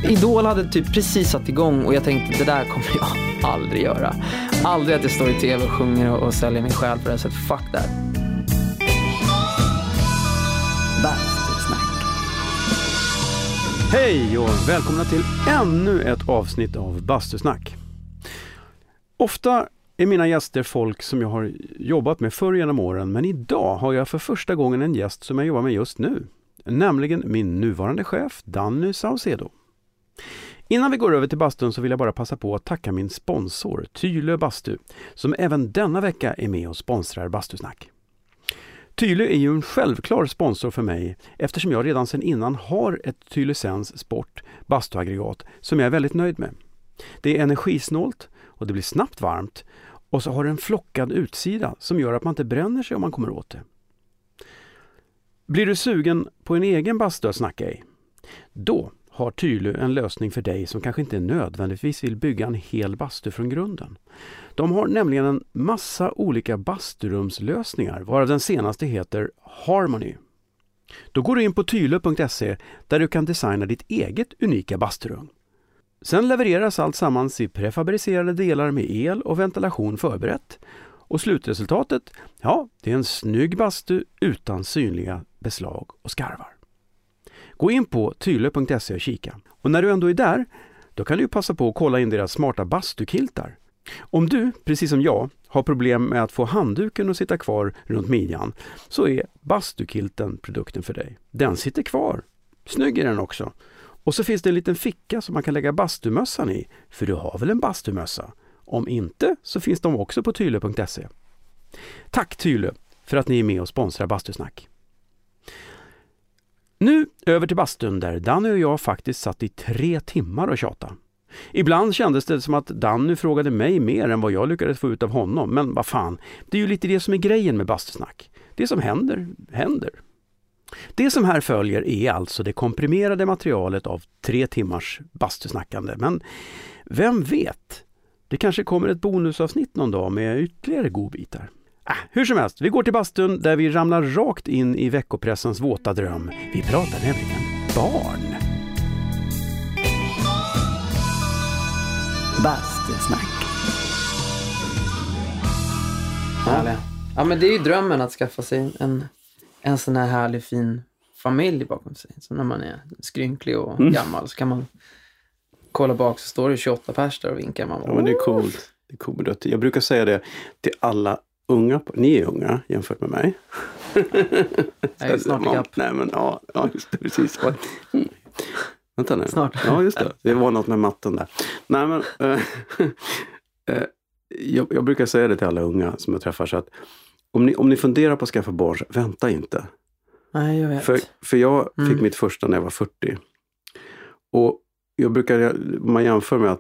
Idol hade typ precis satt igång och jag tänkte, det där kommer jag aldrig göra. Aldrig att jag står i tv och sjunger och säljer min själ på det sättet. Fuck that. Bastusnack. Hej och välkomna till ännu ett avsnitt av Bastusnack. Ofta är mina gäster folk som jag har jobbat med förr genom åren, men idag har jag för första gången en gäst som jag jobbar med just nu. Nämligen min nuvarande chef Danny Saucedo. Innan vi går över till bastun så vill jag bara passa på att tacka min sponsor Tylö Bastu, som även denna vecka är med och sponsrar Bastusnack. Tylö är ju en självklar sponsor för mig eftersom jag redan sedan innan har ett Tylösens Sport bastuaggregat som jag är väldigt nöjd med. Det är energisnålt och det blir snabbt varmt och så har det en flockad utsida som gör att man inte bränner sig om man kommer åt det. Blir du sugen på en egen bastu att snacka i? Då har Tylö en lösning för dig som kanske inte nödvändigtvis vill bygga en hel bastu från grunden. De har nämligen en massa olika basturumslösningar, varav den senaste heter Harmony. Då går du in på tylö.se där du kan designa ditt eget unika basturum. Sen levereras allt sammans i prefabricerade delar med el och ventilation förberett. Och slutresultatet, ja, det är en snygg bastu utan synliga beslag och skarvar. Gå in på tylö.se och kika. Och när du ändå är där, då kan du passa på att kolla in deras smarta bastukiltar. Om du, precis som jag, har problem med att få handduken att sitta kvar runt midjan, så är bastukilten produkten för dig. Den sitter kvar. Snygg är den också. Och så finns det en liten ficka som man kan lägga bastumössan i, för du har väl en bastumössa? Om inte så finns de också på tylö.se. Tack Tylö för att ni är med och sponsrar Bastusnack. Nu över till bastun där Danny och jag faktiskt satt i 3 timmar och tjata. Ibland kändes det som att Danny frågade mig mer än vad jag lyckades få ut av honom. Men vad fan, det är ju lite det som är grejen med Bastusnack. Det som händer, händer. Det som här följer är alltså det komprimerade materialet av 3 timmars bastusnackande. Men vem vet? Det kanske kommer ett bonusavsnitt någon dag med ytterligare godbitar. Hur som helst, vi går till bastun där vi ramlar rakt in i veckopressens våta dröm. Vi pratar nämligen barn. Bastusnack. Ja, men det är ju drömmen att skaffa sig en sån här härlig fin familj bakom sig. Så när man är skrynklig och gammal så kan man kolla bak, så står det 28 pers där och vinkar. Man bara, ja, men det är coolt. Det är coolt. Jag brukar säga det till alla unga. Ni är unga jämfört med mig. Jag är snart ikapp. Nej, men ja, just det, precis. Vänta nu. Snart. Ja, just det. Det var något med matten där. Nej, men jag brukar säga det till alla unga som jag träffar, så att om ni funderar på att skaffa barn, vänta inte. Nej, jag vet. För jag fick mitt första när jag var 40. Och jag brukar, man jämför med att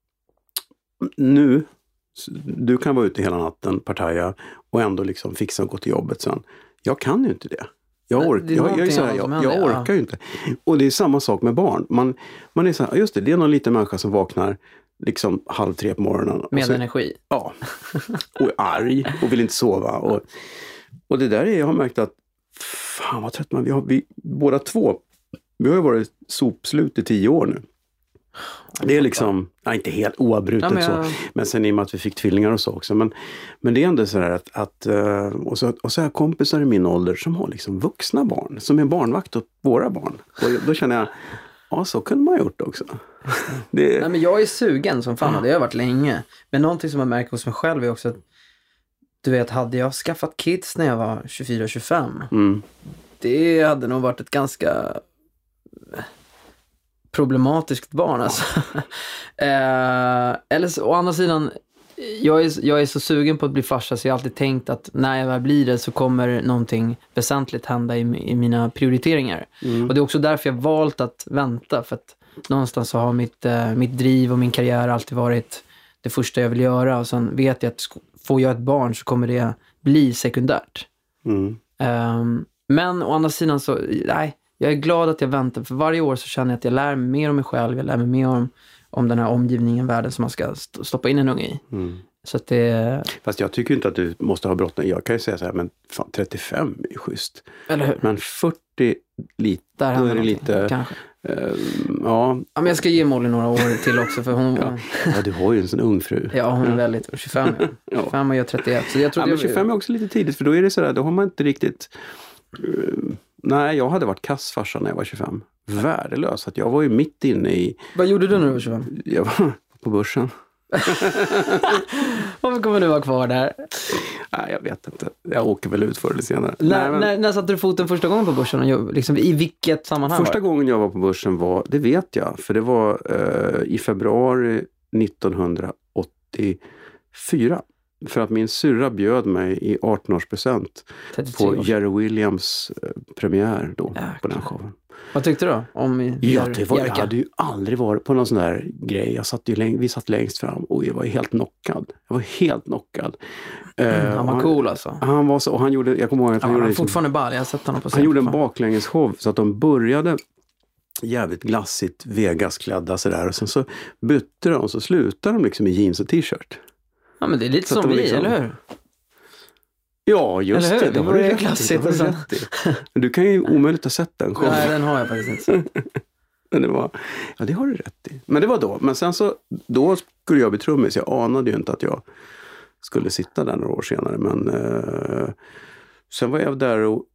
nu, du kan vara ute hela natten, partaja, och ändå liksom fixa och gå till jobbet sen. Jag kan ju inte det. Jag orkar ju inte. Och det är samma sak med barn. Man är så här, just det är någon liten människa som vaknar liksom 2:30 på morgonen. Med energi. Ja. Och är arg och vill inte sova. Och det där är, jag har märkt att fan vad trött man. Vi båda två, vi har ju varit sopslut i 10 år nu. Det är liksom, inte helt oavbrutet så. Men sen i och med att vi fick tvillingar och så också. Men det är ändå så här att och så här kompisar i min ålder som har liksom vuxna barn. Som är barnvakt åt våra barn. Och då känner jag, ja, så kunde man ha gjort också. Nej, men jag är sugen som fan, det har varit länge. Men någonting som jag märker hos mig själv är också att, du vet, hade jag skaffat kids när jag var 24-25, det hade nog varit ett ganska problematiskt barn alltså. Eller så, å andra sidan, jag är så sugen på att bli farsa, så jag har alltid tänkt att när jag väl blir det så kommer någonting väsentligt hända i mina prioriteringar. Och det är också därför jag valt att vänta, för att någonstans så har mitt driv och min karriär alltid varit det första jag vill göra, och sen vet jag att får jag ett barn så kommer det bli sekundärt. Men å andra sidan så, nej, jag är glad att jag väntar, för varje år så känner jag att jag lär mig mer om mig själv, jag lär mig mer om den här omgivningen, världen som man ska stoppa in en unge i. Så att det... Fast jag tycker inte att du måste ha bråttom. Jag kan ju säga så här, men fan, 35 är ju schysst. Eller hur? Men 40 lite, där då är det lite... Kanske. Ja. Men jag ska ge Molly några år till också, för hon... Ja, du har ju en sån ung fru. Ja, hon är väldigt... 25, 25 och jag 31. Så jag tror men 25 är också lite tidigt, för då är det sådär, då har man inte riktigt... Nej, jag hade varit kassfarsa när jag var 25. Värdelös, att jag var ju mitt inne i... Vad gjorde du när du var 25? Jag var på börsen. Varför kommer du vara kvar där? Nej, jag vet inte. Jag åker väl ut förr eller senare. När satte du foten första gången på börsen? Liksom, i vilket sammanhang? Första gången jag var på börsen var, det vet jag, för det var i februari 1984. För att min syrra bjöd mig i 18-årspresent på Jerry Williams premiär då. Jäklar. På den showen. Vad tyckte du om jag hade ju aldrig varit på någon sån där grej. Vi satt längst fram och jag var helt knockad. Han var cool alltså. Han var så, och han gjorde, jag kommer ihåg att han gjorde fortfarande ball. Jag har sett honom på scen. Han gjorde en baklängesshow så att de började jävligt glassigt Vegas-klädda sådär, och sen så bytte de och så slutade de liksom i jeans och t-shirt. Ja, men det är lite som vi, liksom... eller hur? Ja, just det. Det var ju klassigt. Men du kan ju omöjligt ha sett den showen. Nej, den har jag faktiskt inte. Men det var, ja, det har du rätt i. Men det var då. Men sen så, då skulle jag bli trummis. Jag anade ju inte att jag skulle sitta där några år senare. Men sen var jag där och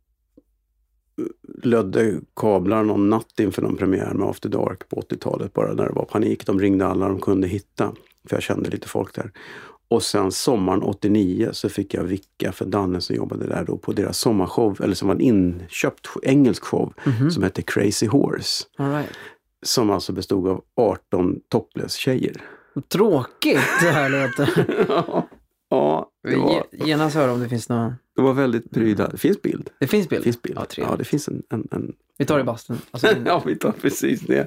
lödde kablar någon natt inför någon premiär med After Dark på 80-talet. Bara när det var panik. De ringde alla de kunde hitta. För jag kände lite folk där. Och sen sommaren 89 så fick jag vicka för Danne som jobbade där då på deras sommarshow, eller som var en inköpt engelsk show som hette Crazy Horse. All right. Som alltså bestod av 18 topless tjejer. Tråkigt det här låter. Ja. Genast höra om det finns någon... Det var väldigt pryda. Det finns bild. Det finns bild? Ja, det finns en... Vi tar i bastun. Alltså, ja, vi tar precis det.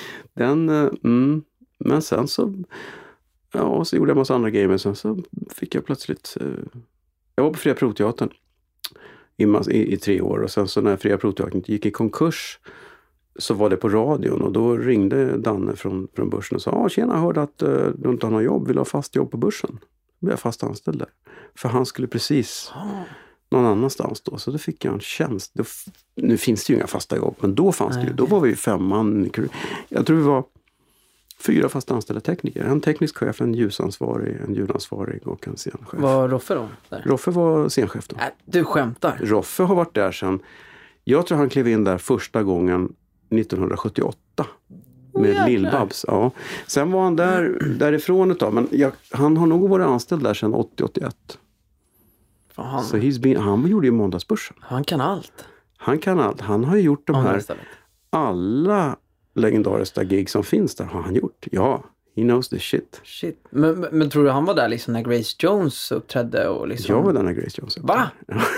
Men sen så... Ja, och så gjorde jag en massa andra grejer, men sen så fick jag plötsligt... jag var på Fria Proteatern i 3 år, och sen så när Fria Proteatern gick i konkurs så var det på radion, och då ringde Danne från börsen och sa: tjena, jag hörde att du inte har något jobb, vill ha fast jobb på börsen? Då blev jag fast anställd där. För han skulle precis någon annanstans då, så då fick jag en tjänst. Nu finns det ju inga fasta jobb, men då fanns det ju. Då var vi 5 man. Jag tror vi var 4 fast anställda tekniker. En teknisk chef, en ljusansvarig, en ljudansvarig och en scenchef. Var Roffe då? Där? Roffe var scenchef då. Du skämtar. Roffe har varit där sedan... Jag tror han klev in där första gången 1978. Med Lill-Babs. Ja. Sen var han därifrån ett tag. Men han har nog varit anställd där sedan 80-81. Så han gjorde ju Måndagsbörsen. Han kan allt. Han har ju gjort de här... Alla legendariska gig som finns där har han gjort. Ja, he knows the shit. Men tror du han var där liksom när Grace Jones uppträdde? Och liksom... Jag var där när Grace Jones uppträdde. Va?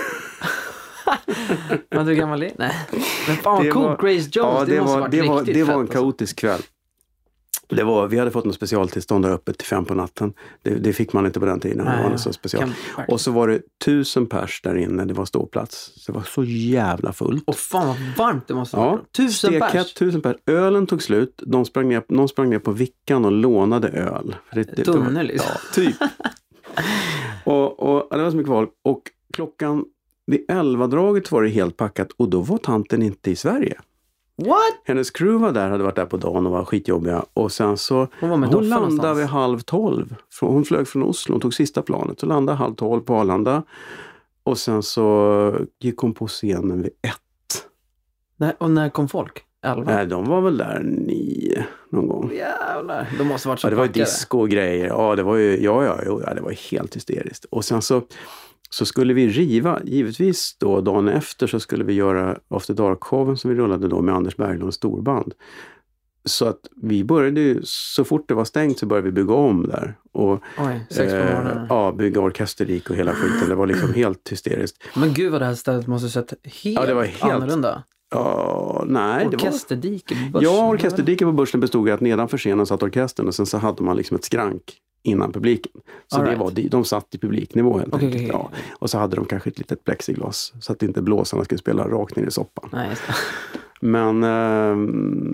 Var du gammal? Nej. Men fan vad cool, Grace Jones. Ja, det var en fett, kaotisk kväll. Vi hade fått något specialtillstånd där uppe till 5 på natten. Det fick man inte på den tiden. Det var så special. Och så var det 1000 pers där inne. Det var ståplats. Så det var så jävla fullt. Och fan vad varmt det måste vara. 1000 pers. 1000 pers. Ölen tog slut. Någon sprang ner på vickan och lånade öl. Tunne liksom. Ja, typ. och det var så mycket folk. Och klockan vid 11-draget var det helt packat. Och då var tanten inte i Sverige. What? Hennes crew var där, hade varit där på dagen och var skitjobbiga. Och sen så... Hon landade vid 11:30. Hon flög från Oslo. Hon tog sista planet. Så landade 11:30 på Arlanda. Och sen så gick hon på scenen vid 1. Och när kom folk? 11? Nej, de var väl där 9 någon gång. Jävlar. De måste varit så det var ju disco och grejer. Ja, det var ju... Ja, det var helt hysteriskt. Och sen så skulle vi riva, givetvis då dagen efter så skulle vi göra After Dark-showen som vi rullade då med Anders Berglunds storband. Så att vi började ju, så fort det var stängt så började vi bygga om där. Och, 6 på morgonen. Ja, bygga orkesterrik och hela skiten. Det var liksom helt hysteriskt. Men gud vad det här stället måste sett helt annorlunda. Ja, nej. Orkesterdike på börsen. Ja, orkesterdike på börsen bestod i att nedanför scenen satt orkestern och sen så hade man liksom ett skrank innan publiken. Så de satt i publiknivå helt enkelt. Okay. Ja. Och så hade de kanske ett litet plexiglas så att inte blåsarna skulle spela rakt ner i soppan. Nej, men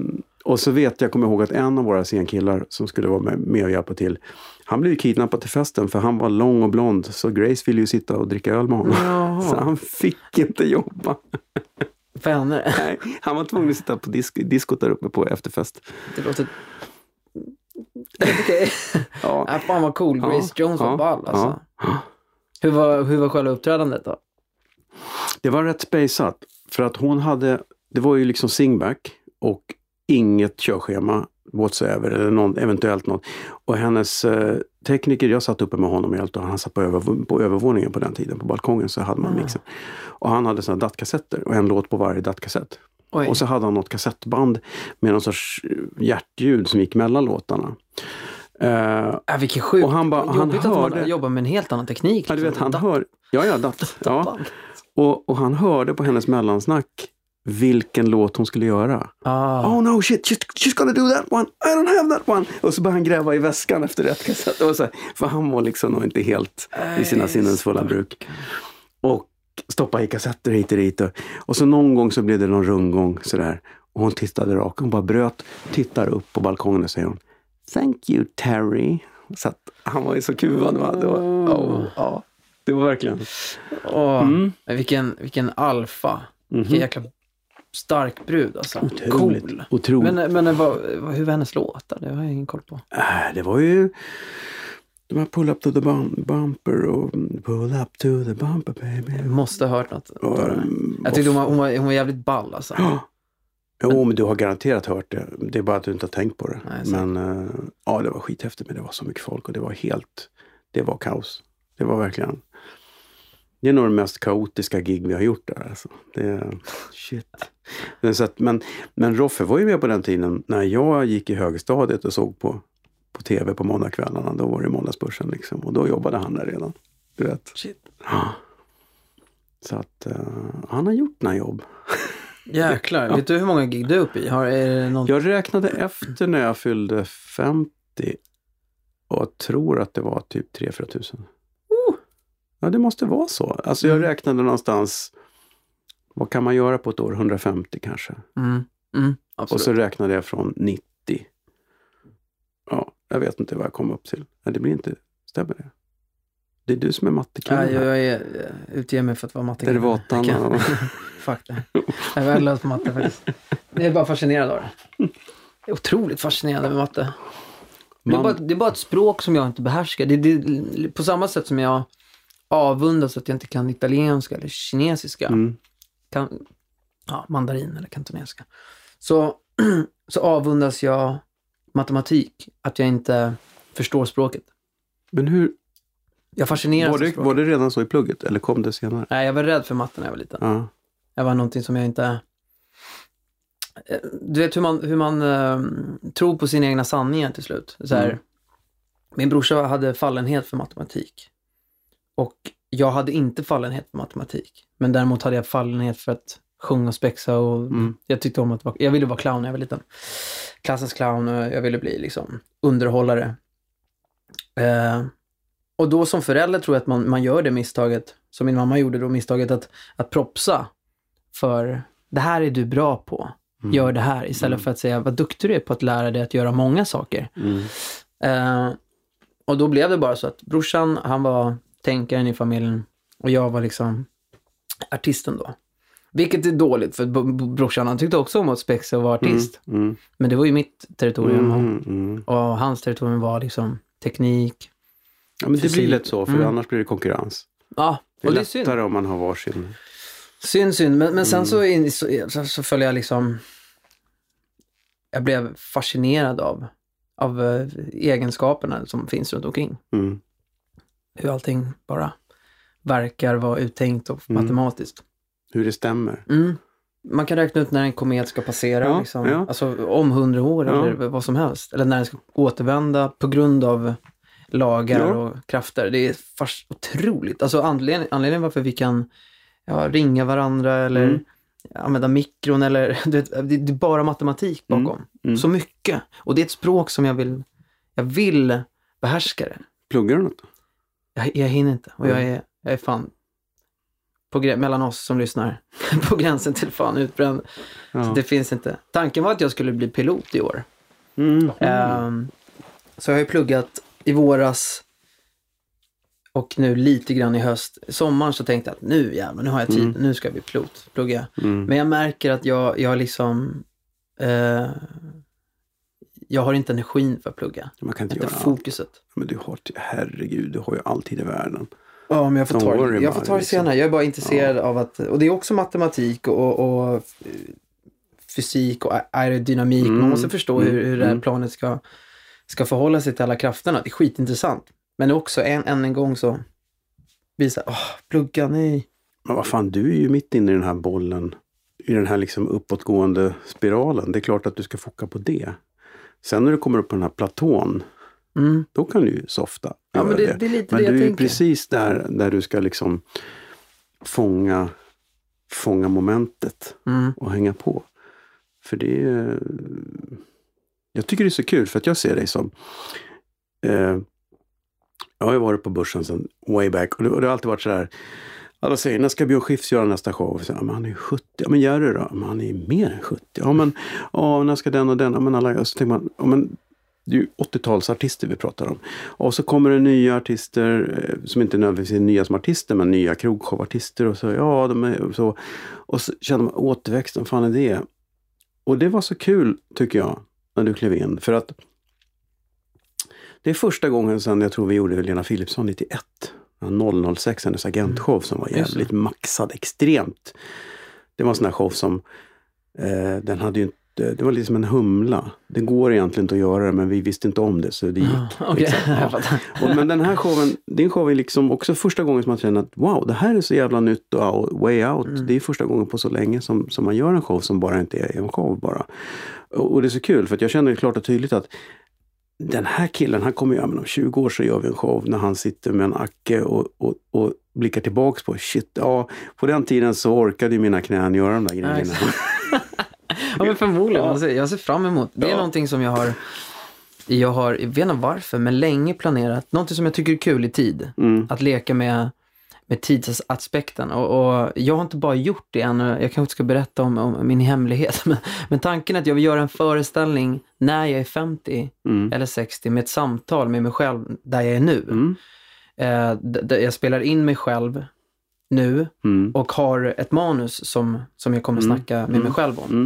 Och så kommer jag ihåg att en av våra scenkillar som skulle vara med och hjälpa till, han blev ju kidnappad till festen för han var lång och blond, så Grace ville ju sitta och dricka öl med honom. Jaha. Så han fick inte jobba. För henne? Nej, han var tvungen att sitta på diskot där uppe på efterfest. Det låter... Okej. Ja. Fan vad cool. Grace Jones var ball alltså. Ja. Hur var själva uppträdandet då? Det var rätt spejsat. För att det var ju liksom singback och inget körschema whatsoever eller eventuellt något. Och hennes tekniker, jag satt uppe med honom helt och han satt på övervåningen på den tiden, på balkongen, så hade man mixen. Och han hade såna dattkassetter och en låt på varje dattkassett. Oj. Och så hade han något kassettband med någon sorts hjärtljud som gick mellan låtarna. Vilken sjuk. Och han jobbigt hörde, att man jobbar med en helt annan teknik. Ja, du vet, han hör... datt. Ja. Och han hörde på hennes mellansnack vilken låt hon skulle göra. Oh no shit, she's gonna do that one. I don't have that one. Och så började han gräva i väskan efter rätt kassett. Och så, för han var liksom nog inte helt i sina sinnens fulla bruk. Och stoppa i kassetter hit och dit. Och så någon gång så blev det någon rundgång sådär. Och hon tittade rakt. Hon bara tittar upp på balkongen och säger hon, thank you Terry. Så att han var ju så kuvad. Det var verkligen. Vilken alfa. Vilken jäkla stark brud alltså. Otroligt. Men hur var hennes låtar? Det har jag ingen koll på. Det var ju de här Pull Up to the Bumper och Pull Up to the Bumper baby. Jag måste ha hört något. Jag tyckte hon var jävligt ball alltså. Jo, men du har garanterat hört det. Det är bara att du inte har tänkt på det. Nej, men det var skithäftigt, men det var så mycket folk och det var kaos. Det var verkligen... Det är nog den mest kaotiska gig vi har gjort där. Alltså. Shit. Men Roffe var ju med på den tiden när jag gick i högstadiet och såg på tv på måndagskvällarna. Då var det måndagsbörsen liksom. Och då jobbade han där redan. Du vet. Shit. Så att han har gjort några jobb. Jäklar. Vet du hur många gig du är uppe i? Jag räknade efter när jag fyllde 50. Och tror att det var typ 3-4 tusen. Ja, det måste vara så. Alltså jag räknade någonstans, vad kan man göra på ett år? 150 kanske. Och så räknade jag från 90. Ja, jag vet inte vad jag kom upp till. Nej, det blir inte, stämmer det? Det är du som är mattekillen. Ja, jag utger mig för att vara mattekillen. Derivatan. Fuck det. Jag är värdelös på matte faktiskt. Det är bara fascinerad av det. Det är otroligt fascinerande med matte. Det är bara ett språk som jag inte behärskar. Det på samma sätt som jag avundas att jag inte kan italienska eller kinesiska. Mandarin eller kantonesiska. Så avundas jag matematik. Att jag inte förstår språket. Men hur... Jag fascineras var det redan så i plugget? Eller kom det senare? Nej, jag var rädd för matten när jag var liten. Ja. Jag var någonting som jag inte... Du vet hur man tror på sina egna sanningar till slut. Så här, min brorsa hade fallenhet för matematik. Och jag hade inte fallenhet för matematik. Men däremot hade jag fallenhet för att sjunga och spexa. Och jag tyckte om att jag ville vara clown när jag var liten. Klassens clown, och jag ville bli liksom underhållare. Och då som förälder tror jag att man gör det misstaget. Som min mamma gjorde då, misstaget att propsa. För det här är du bra på. Gör det här. Istället för att säga vad duktig du är på att lära dig att göra många saker. Och då blev det bara så att brorsan, han var tänkaren i familjen. Och jag var liksom artisten då. Vilket är dåligt, för brorsan, han tyckte också om att spexa och vara artist. Men det var ju mitt territorium. Och hans territorium var liksom teknik. Ja, men det blir lätt så, för annars blir det konkurrens. Ja, det är lättare om man har varsin. Synd. Men sen så följde jag liksom... Jag blev fascinerad av egenskaperna som finns runt omkring. Hur allting bara verkar vara uttänkt och matematiskt. Hur det stämmer. Man kan räkna ut när en komet ska passera. Alltså om 100 år eller vad som helst. Eller när den ska återvända på grund av lagar och krafter. Det är otroligt. Alltså anledningen varför vi kan ringa varandra eller använda mikron eller det är bara matematik bakom. Så mycket. Och det är ett språk som jag vill behärska det. Pluggar du något? Jag hinner inte. Och jag är fan mellan oss som lyssnar. På gränsen till fan utbränd. Ja. Så det finns inte. Tanken var att jag skulle bli pilot i år. Så jag har ju pluggat i våras och nu lite grann i höst. Sommaren så tänkte jag att nu jävlar, nu har jag tid. Nu ska jag bli pilot. Plugga. Men jag märker att jag liksom... jag har inte energin för att plugga. Man kan inte göra fokuset. Men herregud, du har ju alltid i världen. Ja, men jag får ta det senare. Jag är bara intresserad av att... Och det är också matematik och fysik och aerodynamik. Man måste förstå hur det här planet ska förhålla sig till alla krafterna. Det är skitintressant. Men också en gång så visar plugga, nej. Men vad fan, du är ju mitt inne i den här bollen. I den här liksom uppåtgående spiralen. Det är klart att du ska foka på det. Sen när du kommer upp på den här platån, då kan du ju softa. Ja, men det är lite men det jag tänker. Men du är precis där du ska liksom fånga momentet och hänga på. För det är... Jag tycker det är så kul för att jag ser dig som... jag har ju varit på börsen sedan way back och det har alltid varit så här. Alla säger, när ska Björn Skifs göra nästa show? Och säger, men han är 70. Ja, men gör det då. Men han är mer än 70. Ja, men när ska den och den? Ja, men alla... Så tänker man, men det är ju 80-talsartister vi pratar om. Och så kommer det nya artister som inte nödvändigtvis är nya som artister, men nya krogshowartister och så. Ja, de är så. Och så känner man, återväxten, fan är det? Och det var så kul, tycker jag, när du klev in. För att det är första gången sedan jag tror vi gjorde Lena Philipsson 91. 006, hennes agentshow som var jävligt maxad, extremt. Det var en sån här show som den hade ju inte, det var liksom en humla. Det går egentligen inte att göra det, men vi visste inte om det så det gick. Okay. Men den här showen, din show är liksom också första gången som man känner att wow, det här är så jävla nytt och way out. Det är första gången på så länge som man gör en show som bara inte är en show bara. Och det är så kul för att jag känner klart och tydligt att den här killen, han kommer ju, om 20 år så gör vi en show när han sitter med en acke och blickar tillbaks på shit, ja, på den tiden så orkade ju mina knän göra de där grejerna. Ja, men förmodligen. Jag ser fram emot. Det är någonting som jag har, jag vet inte varför, men länge planerat. Någonting som jag tycker är kul i tid. Att leka med tidsaspekten. Och jag har inte bara gjort det än. Jag kanske inte ska berätta om min hemlighet. Men tanken är att jag vill göra en föreställning när jag är 50 eller 60 med ett samtal med mig själv där jag är nu. Där jag spelar in mig själv nu och har ett manus som jag kommer snacka med mig själv om.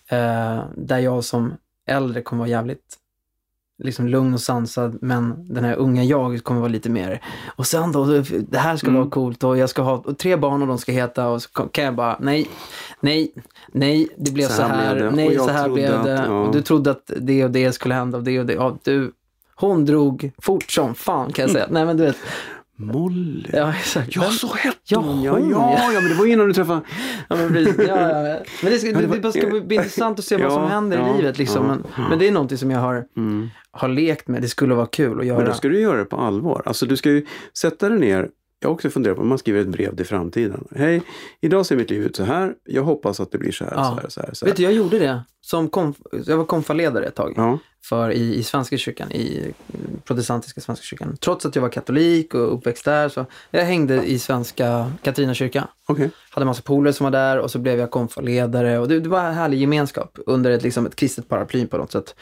Där jag som äldre kommer vara jävligt liksom lugn och sansad, men den här unga jag kommer vara lite mer. Och sen då, det här ska vara coolt och jag ska ha 3 barn och de ska heta, och så kan jag bara, nej, det blev så här, nej, så här blev det. Ja. Och du trodde att det och det skulle hända och det och det. Ja, hon drog fort som fan, kan jag säga. Nej, men du vet. Molly. Ja, exakt. Ja, så hette hon. Ja, men det var innan du träffade. Ja, men precis. Ja. Men det ska bli intressant att se vad som händer i livet. Liksom. Men det är någonting som jag har lekt med. Det skulle vara kul att göra. Men då ska du göra det på allvar. Alltså du ska ju sätta dig ner. Jag har också funderat på om man skriver ett brev till framtiden. Hej, idag ser mitt liv ut så här. Jag hoppas att det blir så här, så här. Vet du, jag gjorde det. Jag var konfaledare ett tag. För i Svenska kyrkan, i protestantiska Svenska kyrkan. Trots att jag var katolik och uppväxt där, så jag hängde i Svenska Katarina kyrka. Okay. Hade massa polare som var där och så blev jag konfaledare. Och det var en härlig gemenskap under ett kristet paraply på något sätt.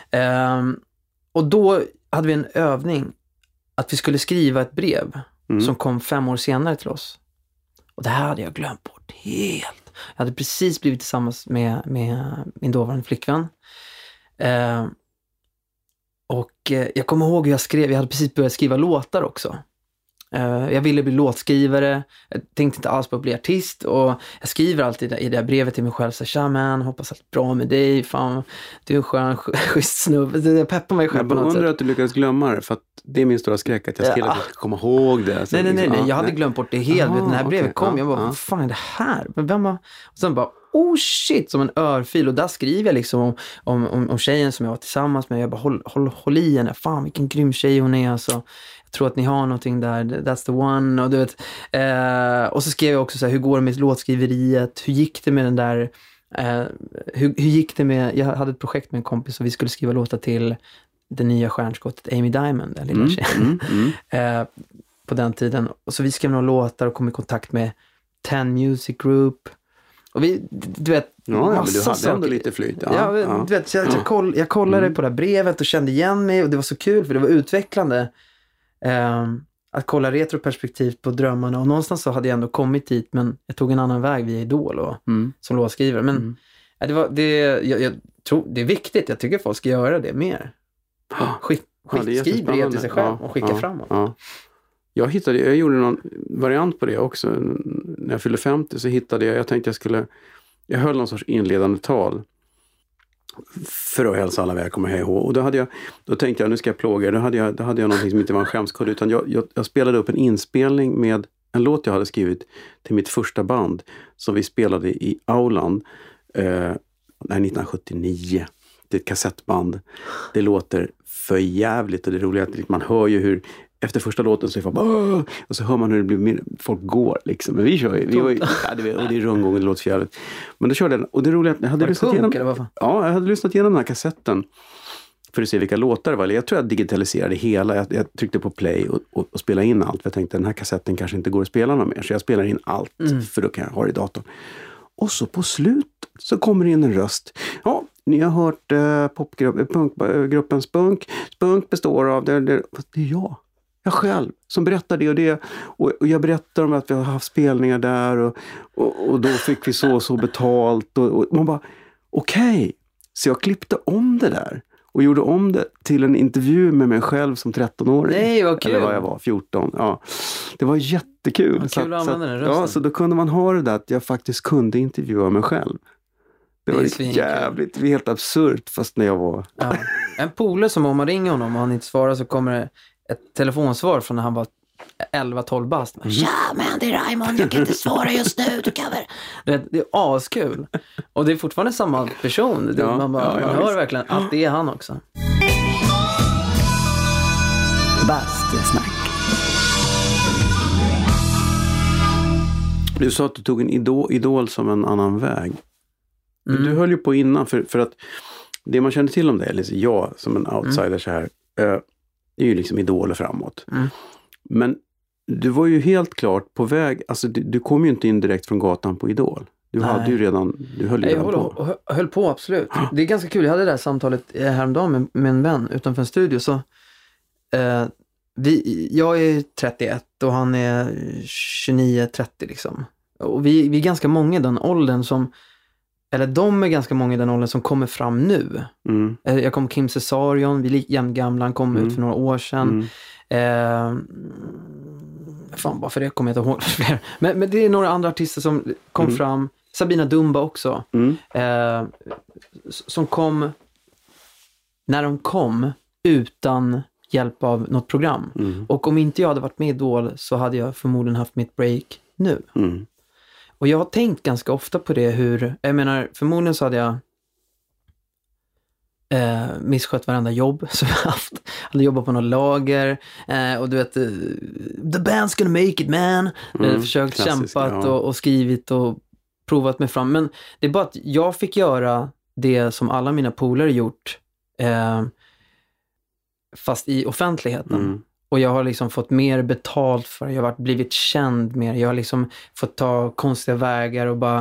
Och då hade vi en övning att vi skulle skriva ett brev som kom 5 år senare till oss. Och det här hade jag glömt bort helt. Jag hade precis blivit tillsammans med min dåvarande flickvän. Och jag kommer ihåg hur jag hade precis börjat skriva låtar också. Jag ville bli låtskrivare. Jag tänkte inte alls på att bli artist. Och jag skriver alltid i det här brevet till mig själv. Så tja man, hoppas allt bra med dig. Fan, du är en skön, schysst snubbe. Det peppar mig själv på något sätt. Jag undrar att du lyckades glömma det. För att det är min stora skräck att jag ska komma ihåg det. Så nej. Jag hade glömt bort det helt. När det här brevet kom, jag bara, vad fan är det här? Men vem var... Och sen bara, oh shit, som en örfil. Och där skriver jag liksom om tjejen som jag var tillsammans med. Jag bara, håll i henne. Fan, vilken grym tjej hon är. Alltså. Jag tror att ni har någonting där. That's the one. Och du vet. Och så skrev jag också så här, hur går det med låtskriveriet? Hur gick det med den där... hur gick det med... Jag hade ett projekt med en kompis och vi skulle skriva låtar till det nya stjärnskottet Amy Diamond, den lilla tjejen. På den tiden. Och så vi skrev några låtar och kom i kontakt med 10 Music Group. Och vi, du vet, men du hade saker. ändå lite flyt. Du vet, jag kollade på det här brevet och kände igen mig, och det var så kul för det var utvecklande att kolla retroperspektiv på drömmarna, och någonstans så hade jag ändå kommit dit, men jag tog en annan väg via Idol och som låtskrivare. Men jag tror det är viktigt, jag tycker folk ska göra det mer. Skriv brev till sig själv och skicka framåt. Ja. Jag gjorde någon variant på det också. När jag fyllde 50 så hittade jag tänkte jag höll någon sorts inledande tal för att hälsa alla välkomna, hej och då tänkte jag, nu ska jag plåga. Då hade jag någonting som inte var en skämskod, utan jag spelade upp en inspelning med en låt jag hade skrivit till mitt första band som vi spelade i Aulan 1979. Det är ett kassettband. Det låter för jävligt, och det roliga är att man hör ju hur efter första låten så är folk och så hör man hur det blir mer, folk går liksom. Men vi kör ju, och det är rundgång och det låter för jävligt. Men då körde jag, och det roliga är att jag hade lyssnat igenom den här kassetten för att se vilka låtar det var. Jag tror jag digitaliserade hela. Jag tryckte på play och spelade in allt. För jag tänkte den här kassetten kanske inte går att spela någon mer. Så jag spelar in allt för då kan jag ha det i datorn. Och så på slut så kommer det in en röst. Ja, ni har hört punkgruppen Spunk. Spunk består av det är jag själv som berättar det och det. Och jag berättar om att vi har haft spelningar där och då fick vi så betalt. Och man bara, okej. Så jag klippte om det där och gjorde om det till en intervju med mig själv som 13-åring. Nej, vad kul. Eller vad jag var, 14. Ja. Det var jättekul. Vad kul att använda den rösten. Ja, så då kunde man ha det där att jag faktiskt kunde intervjua mig själv. Det var jävligt, det var helt absurt fast när jag var... Ja. En polare som om man ringer honom och han inte svarar så kommer det ett telefonsvar från när han var 11-12 bast. Tja, men det är Raymond, jag kan inte svara just nu, du kan väl... Det är askul. Och det är fortfarande samma person. Man hör verkligen att det är han också. Bastusnack. Du sa att du tog en idol som en annan väg. Du höll ju på innan för att det man känner till om det, eller jag som en outsider så här, är ju liksom idoler framåt. Men du var ju helt klart på väg, alltså du kom ju inte in direkt från gatan på Idol. Du hade ju redan, du höll ju redan på. Jag höll på, absolut. Det är ganska kul, jag hade det här samtalet häromdagen med en vän utanför en studio, så jag är 31 och han är 29-30 liksom. Och vi är ganska många i den åldern som, eller de är ganska många i den åldern som kommer fram nu. Jag kom Kim Cesarion, vi är jämngamla, han kom ut för några år sedan. Fan, bara för det kommer jag inte ihåg fler. Men det är några andra artister som kom fram. Sabina Dumba också. Som kom, när de kom, utan hjälp av något program. Och om inte jag hade varit med i Idol så hade jag förmodligen haft mitt break nu. Och jag har tänkt ganska ofta på det, jag menar, förmodligen så hade jag misskött varenda jobb som jag haft. Hade jobbat på något lager och du vet, the band's gonna make it, man. Försökt kämpat och skrivit och provat mig fram. Men det är bara att jag fick göra det som alla mina polare gjort fast i offentligheten. Och jag har liksom fått mer betalt för det. Jag har blivit känd mer. Jag har liksom fått ta konstiga vägar och bara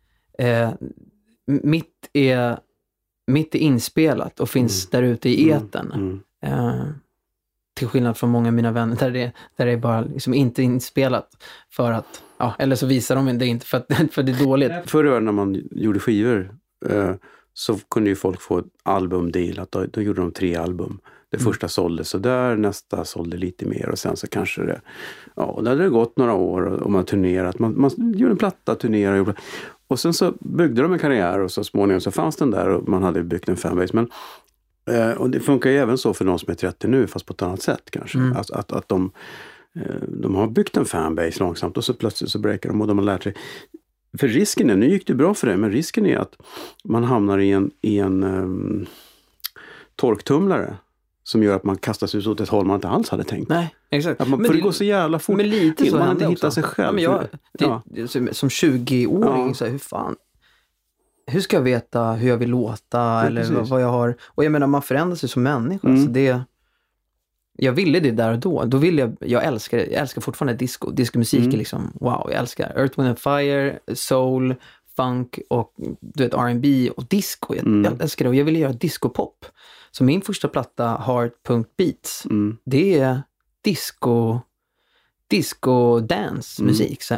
mitt är inspelat och finns där ute i etern. Till skillnad från många av mina vänner där det är bara liksom inte inspelat för att, eller så visar de det inte för det är dåligt. Förr när man gjorde skivor så kunde ju folk få ett albumdeal, att då gjorde de 3 album. Det första sålde så där, nästa sålde lite mer och sen så kanske det, och då hade det gått några år och man turnerat, man gjorde en platta, turnerade och sen så byggde de en karriär och så småningom så fanns den där och man hade byggt en fanbase. Men och det funkar ju även så för någon som är 30 nu, fast på ett annat sätt kanske. Att de har byggt en fanbase långsamt och så plötsligt så breakar de och de har lärt sig. För risken är, nu gick det bra för dig, men risken är att man hamnar i en torktumlare som gör att man kastas ut åt ett håll man inte alls hade tänkt. Nej, exakt. För det går så jävla fort. Men lite så man hände hittar sig själv. Som 20-åring, så här, hur ska jag veta hur jag vill låta eller vad jag har. Och jag menar, man förändrar sig som människa. Så det jag ville det där och då. Då ville jag älskar fortfarande disco. Diskomusik är liksom, wow, jag älskar Earth, Wind & Fire, soul, funk och du vet R&B och disco. Jag älskar det och jag ville göra discopop. Så min första platta, Heart.Beats, det är disco dance musik. Så här.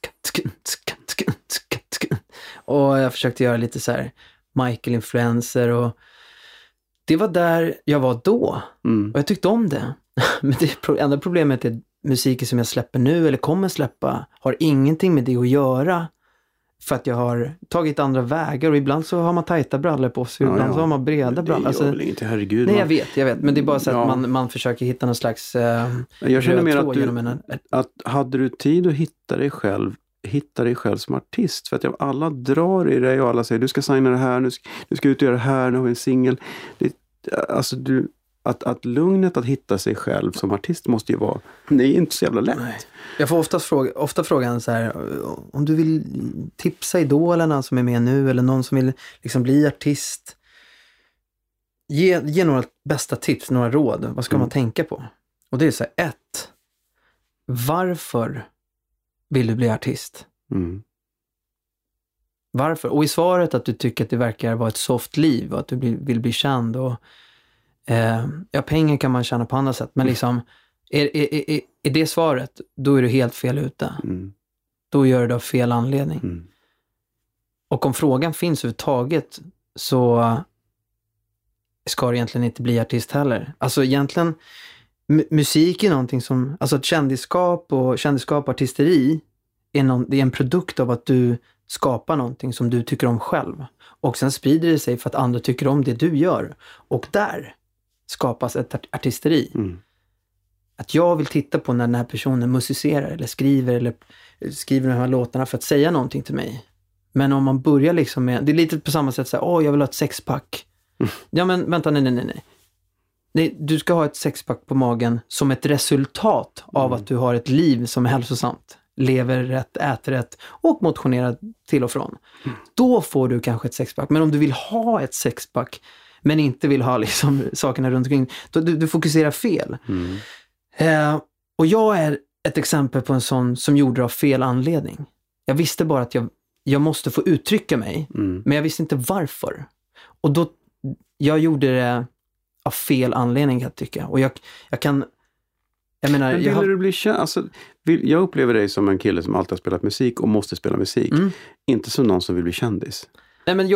Och jag försökte göra lite så här Michael-influenser och det var där jag var då. Och jag tyckte om det. Men det enda problemet är att musiken som jag släpper nu eller kommer släppa har ingenting med det att göra. För att jag har tagit andra vägar och ibland så har man tajta brallor på sig och ibland så har man breda brallor. Det gör väl inte, herregud. Nej, jag vet. Men det är bara så att man försöker hitta någon slags jag känner mer att hade du tid att hitta dig själv som artist. För att alla drar i dig och alla säger du ska signa det här, du ska ut och göra det här, nu har vi en singel. Alltså att lugnet att hitta sig själv som artist måste ju vara, det är inte så jävla lätt. Nej. Jag får ofta frågan så här, om du vill tipsa idolerna som är med nu eller någon som vill liksom bli artist, ge några bästa tips, några råd. Vad ska man tänka på? Och det är så här, 1. Varför vill du bli artist? Varför? Och i svaret att du tycker att det verkar vara ett soft liv och att du vill bli känd och pengar kan man tjäna på andra sätt. Men liksom är det svaret, då är du helt fel ute. Då gör du det av fel anledning. Och om frågan finns överhuvudtaget så ska du egentligen inte bli artist heller. Alltså egentligen musik är någonting som, alltså kändisskap och artisteri det är en produkt av att du skapar någonting som du tycker om själv. Och sen sprider det sig för att andra tycker om det du gör. Och där skapas ett artisteri. Att jag vill titta på när den här personen musicerar eller skriver de här låtarna för att säga någonting till mig. Men om man börjar liksom med, det är lite på samma sätt så här, jag vill ha ett sexpack. Ja men vänta, nej. Nej, du ska ha ett sexpack på magen som ett resultat av att du har ett liv som är hälsosamt. Lever rätt, äter rätt och motionerar till och från. Då får du kanske ett sexpack. Men om du vill ha ett sexpack men inte vill ha liksom sakerna runt omkring, då du fokuserar fel. Och jag är ett exempel på en sån som gjorde det av fel anledning. Jag visste bara att jag måste få uttrycka mig, men jag visste inte varför. Och då, jag gjorde det av fel anledning, jag tycker. Och jag kan... Jag menar, men vill du bli känd? Alltså, jag upplever dig som en kille som alltid har spelat musik och måste spela musik. Inte som någon som vill bli kändis. Nej, men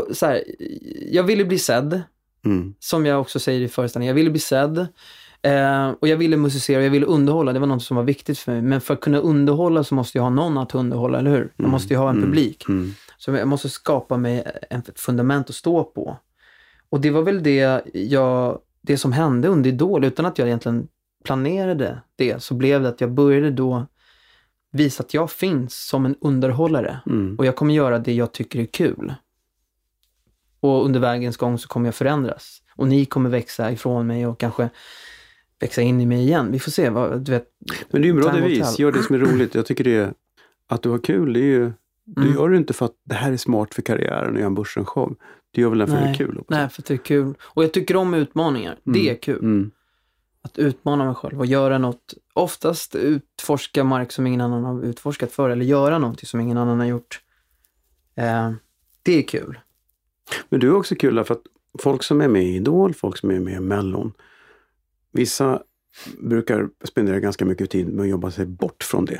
jag ville bli sedd. Som jag också säger i föreställningen. Jag ville bli sedd. Och jag ville musicera och jag ville underhålla. Det var något som var viktigt för mig. Men för att kunna underhålla så måste jag ha någon att underhålla, eller hur? Jag måste ju ha en publik. Så jag måste skapa mig ett fundament att stå på. Och det var väl det som hände under Idol. Utan att jag egentligen planerade det, så blev det att jag började då visa att jag finns som en underhållare. Och jag kommer göra det jag tycker är kul. Och under vägens gång så kommer jag förändras. Och ni kommer växa ifrån mig och kanske växa in i mig igen. Vi får se. Du vet, men det är ju bra devis. Gör det som är roligt. Jag tycker det är att du har kul. Det är ju, du gör det inte för att det här är smart för karriären och göra en Börsen-show. Det gör väl därför det är kul också. Nej, för det är kul. Och jag tycker om utmaningar. Det är kul. Att utmana mig själv och göra något. Oftast utforska mark som ingen annan har utforskat för. Eller göra någonting som ingen annan har gjort. Det är kul. Men du är också kul för att folk som är med i Idol, folk som är med i Mellon, vissa brukar spendera ganska mycket tid med att jobba sig bort från det.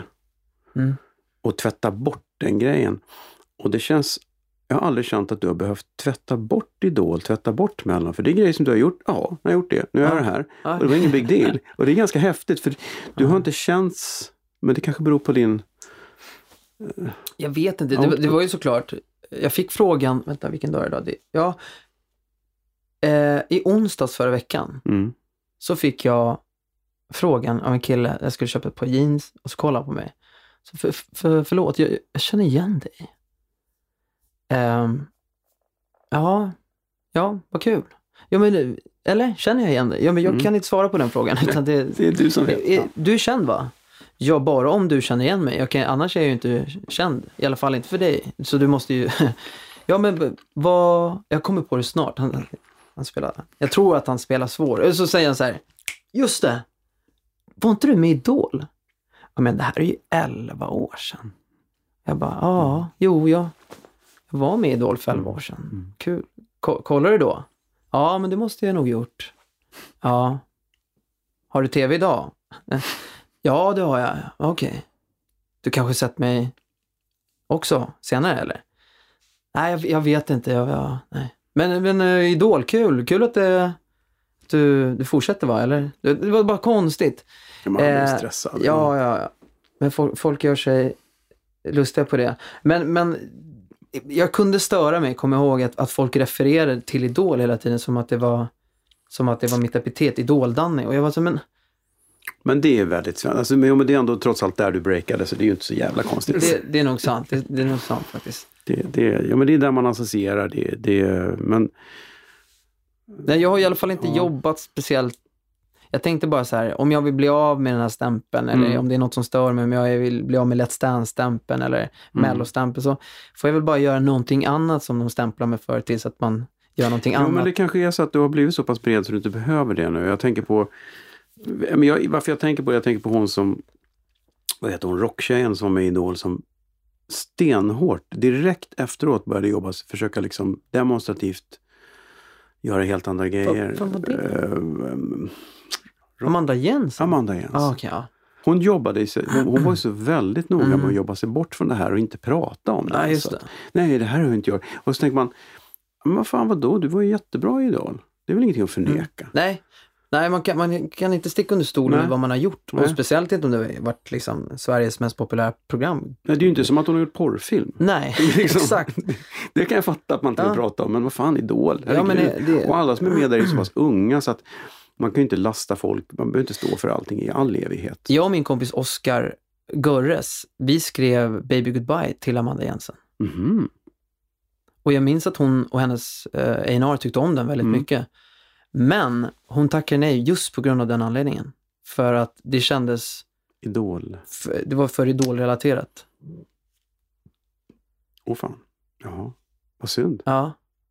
Och tvätta bort den grejen. Och det känns, jag har aldrig känt att du har behövt tvätta bort Idol, tvätta bort Mellon. För det är grejer som du har gjort, jag har gjort det, nu är jag här. Och det var ingen big deal. Och det är ganska häftigt, för du har inte känts, men det kanske beror på din... Jag vet inte, det var ju såklart, jag fick frågan, vänta vilken dag är det idag? I onsdags förra veckan så fick jag frågan av en kille, jag skulle köpa ett par jeans och så kolla på mig. Så förlåt, jag känner igen dig. Ja, vad kul. Ja, men, eller känner jag igen dig? Ja, men jag kan inte svara på den frågan. Utan det är du som vet. Du är känd, va? Ja, bara om du känner igen mig. Annars är jag ju inte känd. I alla fall inte för dig. Så du måste ju... Ja, men jag kommer på det snart. Han spelar... Jag tror att han spelar svår. Så säger han så här... just det. Var inte du med i Idol? Ja, men det här är ju 11 år sedan. Jag bara, jag var med i Idol för 11 år sedan. Kul. Kollar du då? Ja, men det måste jag nog gjort. Ja. Har du tv idag? Ja, det har jag. Okej. Du kanske sett mig också senare, eller? Nej, jag vet inte. Nej. Men Idol, kul att du fortsätter, va? Eller? Det var bara konstigt. Man blir stressad. Ja. Men folk gör sig lustiga på det. Men jag kunde störa mig, kommer jag ihåg, att folk refererade till Idol hela tiden som att det var mitt epitet, Idol-Danny. Och jag var så, men det är väldigt svårt. Alltså, men det är ändå trots allt där du breakade, så det är ju inte så jävla konstigt. Det är nog sant. Det är nog sant faktiskt. Men det är där man associerar men... Nej, jag har i alla fall inte jobbat speciellt. Jag tänkte bara så här, om jag vill bli av med den här stämpeln, eller om det är något som stör mig, om jag vill bli av med Let's Dance-stämpeln eller Mello-stämpeln, så får jag väl bara göra någonting annat som de stämplar mig för, tills att man gör någonting annat. Men det kanske är så att du har blivit så pass bred så du inte behöver det nu. Jag tänker på... varför jag tänker på hon som... Vad heter hon? Rocktjejen som var med i Idol, som stenhårt direkt efteråt började jobba, försöka liksom demonstrativt göra helt andra grejer. Vad var det? Amanda Jens? Okay, ja. Hon jobbade hon var ju så väldigt noga med att jobba sig bort från det här och inte prata om det. Ja, just det. Nej, det här har jag inte gjort. Och så tänker man, men vad fan, vadå? Du var ju jättebra i Idol. Det är väl ingenting att förneka. Nej, man kan inte sticka under stolen med vad man har gjort. Och speciellt inte om det har varit liksom Sveriges mest populära program. Nej, det är ju inte som att hon har gjort porrfilm. Nej, liksom, exakt. Det kan jag fatta att man inte vill prata om. Men vad fan, Idol? Ja, men och alla som är med där är så pass unga, så att man kan ju inte lasta folk. Man behöver inte stå för allting i all evighet. Jag och min kompis Oskar Görres, vi skrev Baby Goodbye till Amanda Jensen. Mm. Och jag minns att hon och hennes A&R tyckte om den väldigt mycket. Men hon tackade nej just på grund av den anledningen. För att det kändes... Idol. Det var för idolrelaterat. Fan. Jaha. Vad synd. Ja.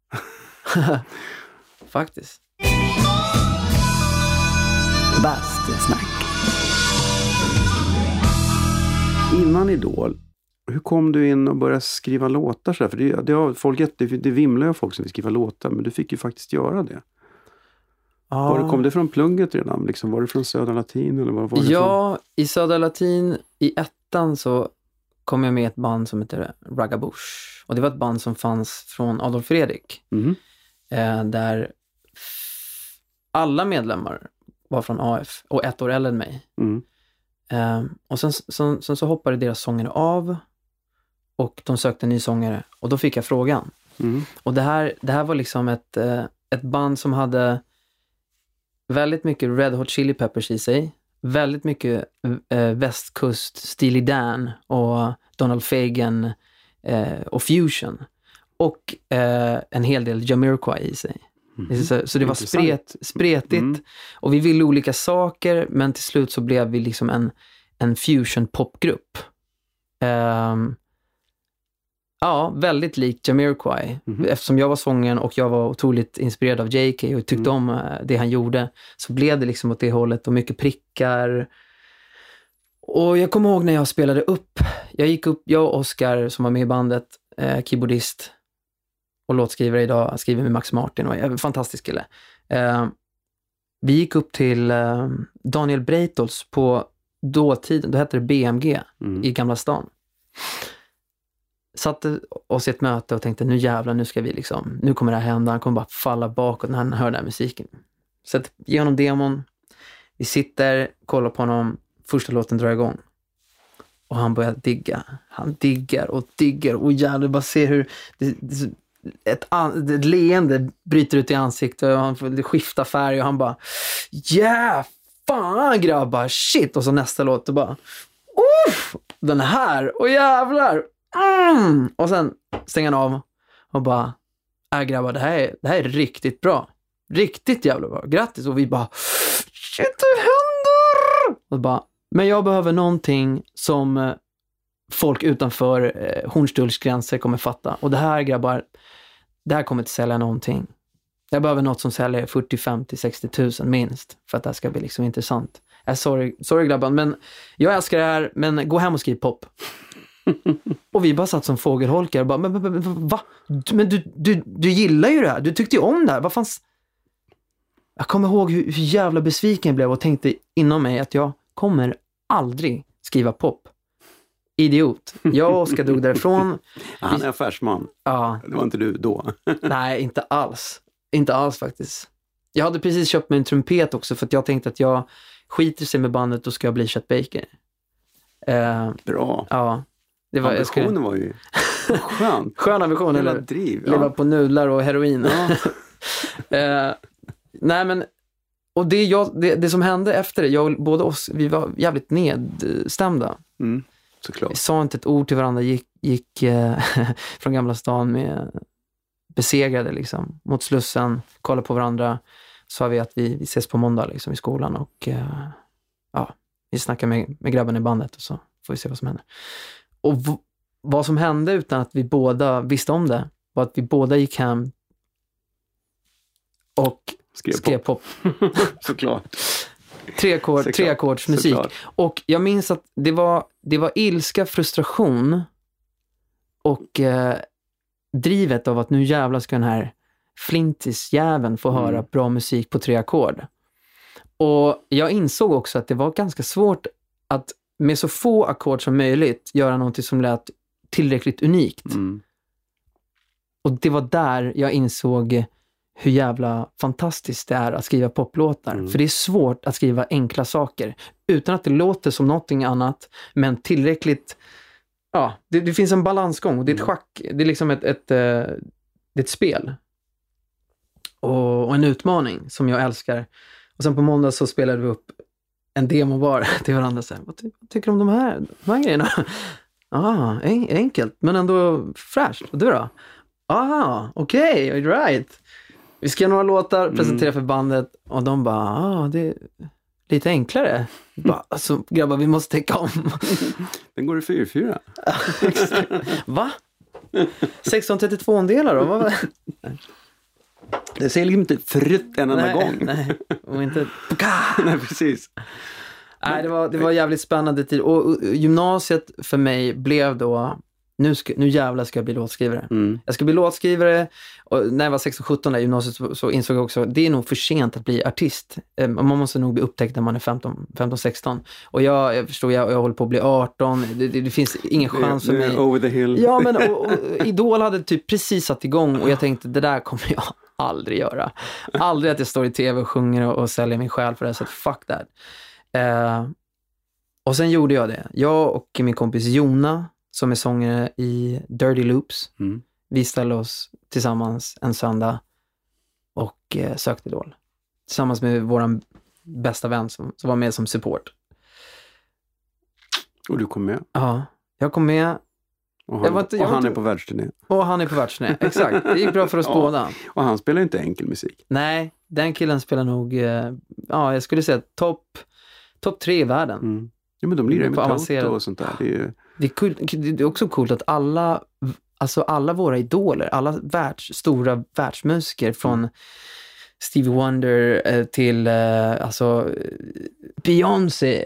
Faktiskt. Bastusnack. Innan Idol, hur kom du in och började skriva låtar så här? För det har folk det vimlar ju folk som vill skriva låtar, men du fick ju faktiskt göra det. Kom det från plugget redan? Liksom, var det från Södra Latin? Eller var det från? I Södra Latin, i ettan, så kom jag med i ett band som heter Ragabush. Och det var ett band som fanns från Adolf Fredrik. Där alla medlemmar var från AF och 1 år äldre än mig. Och sen så hoppade deras sångare av och de sökte en ny sångare. Och då fick jag frågan. Och det här var liksom ett band som hade väldigt mycket Red Hot Chili Peppers i sig. Väldigt mycket västkust, Steely Dan och Donald Fagen och Fusion. Och en hel del Jamiroquai i sig. Så det var spretigt. Och vi ville olika saker, men till slut så blev vi liksom en fusion popgrupp. Väldigt likt Jamiroquai. Eftersom jag var sångaren och jag var otroligt inspirerad av JK och tyckte om det han gjorde, så blev det liksom åt det hållet och mycket prickar. Och jag kommer ihåg när jag spelade upp. Jag och Oskar som var med i bandet, keyboardist och låtskrivare idag, skriver med Max Martin och är en fantastisk kille. Vi gick upp till Daniel Breitholtz på dåtiden, då hette det BMG i Gamla stan. Satte oss i ett möte och tänkte, nu jävlar, nu kommer det här hända. Han kommer bara falla bakåt när han hör den här musiken. Så att ge honom demon. Vi sitter, kollar på honom. Första låten drar igång. Och han börjar digga. Han diggar och jävlar, bara ser hur ett leende bryter ut i ansiktet och han får skifta färg och han bara, fan grabbar, shit. Och så nästa låt och bara, den här, och jävlar. Och sen stänger han av och bara, grabbar, det här är riktigt bra. Riktigt jävla bra. Grattis. Och vi bara, shit, det händer. Och bara, men jag behöver någonting som folk utanför Hornstulls gränser kommer fatta. Och det här, grabbar, det här kommer inte sälja någonting. Jag behöver något som säljer 40, 50, 60 tusen minst för att det här ska bli liksom intressant. Sorry grabban, men jag älskar det här, men gå hem och skriv pop. Och vi bara satt som fågelholkar och bara, men va? Men du gillar ju det här. Du tyckte ju om det här. Vad fanns... Jag kommer ihåg hur jävla besviken jag blev och tänkte inom mig att jag kommer aldrig skriva pop. Idiot. Jag och Oskar drog därifrån. Han är affärsman. Ja. Det var inte du då. Nej, inte alls. Inte alls faktiskt. Jag hade precis köpt mig en trumpet också för att jag tänkte att jag skiter sig med bandet och ska bli Chet Baker. Bra. Ja. Ambitionen var ju skön. Skön ambition, eller? Driv, ja. Leva på nudlar och heroin. Ja. Nej, men och det som hände efter det, både oss, vi var jävligt nedstämda. Såklart. Vi sa inte ett ord till varandra, gick från Gamla stan med besegrade liksom, mot Slussen, kollade på varandra, sa vi att vi ses på måndag liksom, i skolan och vi snackar med grabben i bandet och så får vi se vad som händer. Och vad som hände utan att vi båda visste om det var att vi båda gick hem och skrev pop. Såklart. Tre ackords musik. Såklart. Och jag minns att det var ilska, frustration och drivet av att nu jävlar ska den här flintisjäveln få höra bra musik på 3 ackord. Och jag insåg också att det var ganska svårt att med så få ackord som möjligt göra något som lät tillräckligt unikt. Och det var där jag insåg hur jävla fantastiskt det är att skriva poplåtar. För det är svårt att skriva enkla saker utan att det låter som någonting annat, men tillräckligt... Ja, det finns en balansgång och det är ett schack. Det är liksom det är ett spel. Och en utmaning som jag älskar. Och sen på måndag så spelade vi upp en demo var till varandra. Så här, vad tycker du om de här grejerna? Enkelt, men ändå fräscht. Och du då? Okej, right. Vi ska göra några låtar, presentera för bandet och de bara, det är lite enklare. Bara, alltså, grabbar, vi måste täcka om. Den går i 4/4. Va? 16/32 då? Vad? Det säger liksom inte frutt en enda gång. Nej, och inte... Nej, precis. Nej, det var jävligt spännande tid. Och gymnasiet för mig blev då... Nu jävlar ska jag bli låtskrivare. Jag ska bli låtskrivare. Och när jag var 16-17 i gymnasiet så insåg jag också att det är nog för sent att bli artist. Man måste nog bli upptäckt när man är 15-16. Och jag förstår, jag håller på att bli 18. Det finns ingen chans för mig. Over the hill. Ja, men och Idol hade typ precis satt igång och jag tänkte, det där kommer jag aldrig göra. Aldrig att jag står i tv och sjunger och säljer min själ för det. Så att fuck that. Och sen gjorde jag det. Jag och min kompis Jona, som är sångare i Dirty Loops. Vi ställde oss tillsammans en söndag och sökte Idol. Tillsammans med våran bästa vän som var med som support. Och du kom med? Ja, jag kom med. Och han är på världsturné. Och han är på världsturné, exakt. Det gick bra för oss båda. Och han spelar inte enkel musik. Nej, den killen spelar nog, jag skulle säga topp 3 i världen. Ja, men de lirar med Toto och sånt där. Det är också coolt att alla våra idoler, alla stora världsmusiker från Stevie Wonder till Beyoncé,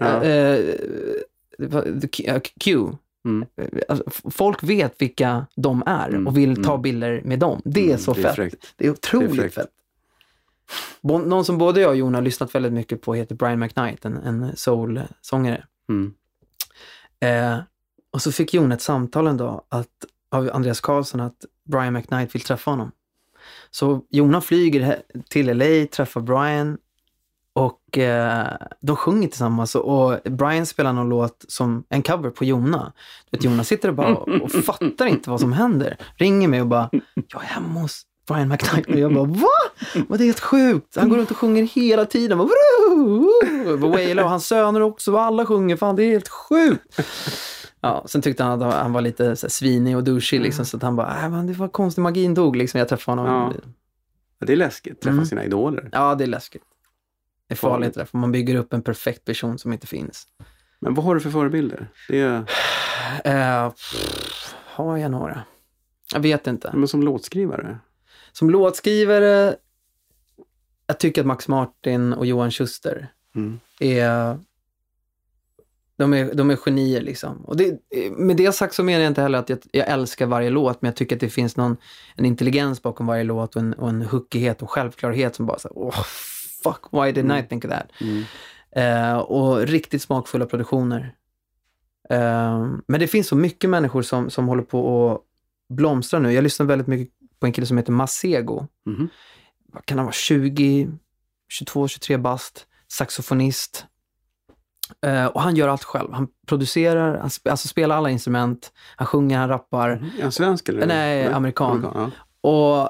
Q. Alltså, folk vet vilka de är och vill ta bilder med dem. Det är så fett. Fräckt. Det är otroligt fett. Någon som både jag och Jon har lyssnat väldigt mycket på heter Brian McKnight, en soul-sångare. Och så fick Jon ett samtal en dag av Andreas Karlsson att Brian McKnight vill träffa honom. Så Jona flyger till LA, träffar Brian och de sjunger tillsammans och Brian spelar någon låt som en cover på Jona. Jona sitter och bara och fattar inte vad som händer. Ringer mig och bara, jag är hemma hos Brian McKnight och jag bara, va? Det är helt sjukt. Han går runt och sjunger hela tiden. Waila och hans söner också, alla sjunger. Fan, det är helt sjukt. Ja, sen tyckte han att han var lite så här, svinig och douchig liksom, så att han bara, det var konstig, magin dog liksom, jag träffade honom. Ja, det är läskigt, träffa sina idoler. Ja, det är läskkt. Det är farligt därför man bygger upp en perfekt person som inte finns. Men vad har du för förebilder? Har jag några? Jag vet inte. Men som låtskrivare? Som låtskrivare jag tycker att Max Martin och Johan Schuster är... De är genier liksom. Och med det sagt så menar jag inte heller att jag älskar varje låt, men jag tycker att det finns en intelligens bakom varje låt och en hookighet och självklarhet som bara så fuck, why didn't I think of that? Och riktigt smakfulla produktioner. Men det finns så mycket människor som håller på att blomstra nu. Jag lyssnar väldigt mycket på en kille som heter Masego. Vad kan han vara? 22, 23 bast. Saxofonist. Och han gör allt själv. Han producerar, han spelar alla instrument. Han sjunger, han rappar. Är han svensk eller? Nej, amerikan. Och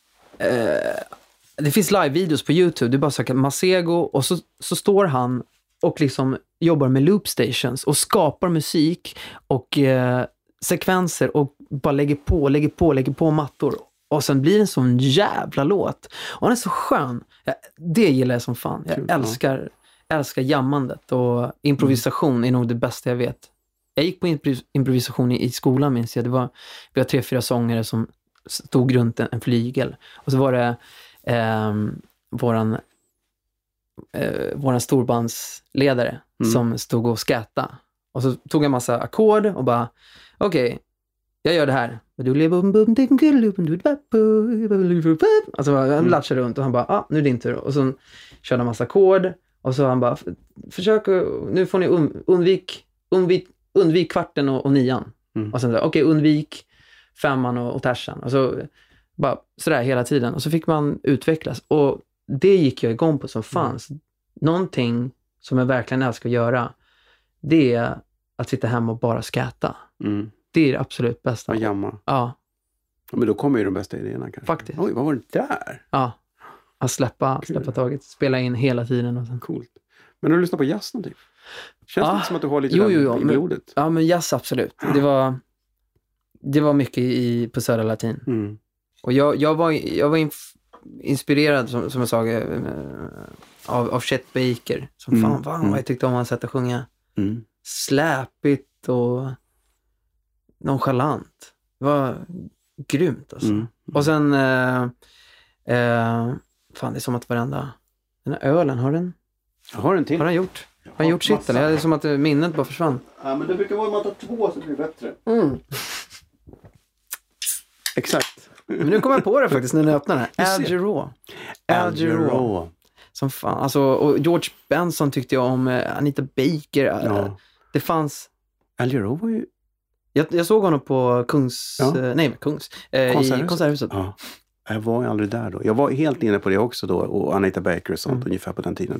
det finns live-videos på YouTube. Du bara söker Masego och så står han och liksom jobbar med loop stations och skapar musik och sekvenser och bara lägger på mattor. Och sen blir det en sån jävla låt. Och den är så skön. Det gillar jag som fan. Jag älskar jammandet och improvisation är nog det bästa jag vet. Jag gick på improvisation i skolan, minns jag. Vi var 3-4 sångare som stod runt en flygel. Och så var det våran storbandsledare som stod och skäta. Och så tog jag massa ackord och bara okej, jag gör det här. Alltså han latchar runt och han bara, nu är det din tur. Och så körde han massa ackord. Och så han bara, försök, nu får ni undvik kvarten och nian. Och sen okej, undvik femman och tersan. Och så bara sådär hela tiden. Och så fick man utvecklas. Och det gick jag igång på som fanns. Någonting som jag verkligen älskar att göra, det är att sitta hemma och bara skäta. Det är det absolut bästa. Och jamma. Ja. Men då kommer ju de bästa idéerna kanske. Faktiskt. Oj, vad var det där? Ja. Att släppa taget. Spela in hela tiden. Och sen. Coolt. Men har du lyssnat på jazz någonting? Känns det som att du har lite i blodet? Ja, men jazz absolut. Det var mycket på Södra Latin. Och jag var inspirerad, som jag sa, av Chet Baker. Som fan vad jag tyckte om hans sätt att sjunga. Släpigt och nonchalant. Det var grymt alltså. Och sen fan, det är som att varenda den här ölen, Jag har en till. Har den gjort? Har den gjort sitt eller? Det är som att minnet bara försvann. Ja, men det brukar vara att man tar 2 så blir det bättre. Exakt. Men nu kommer jag på det faktiskt när ni öppnar den här. Algero. Som fan. Alltså, och George Benson tyckte jag om. Anita Baker. Ja. Det fanns... Algero var ju... Jag såg honom på Konserthuset. Ja. Jag var ju aldrig där då. Jag var helt inne på det också då. Och Anita Baker och sånt ungefär på den tiden.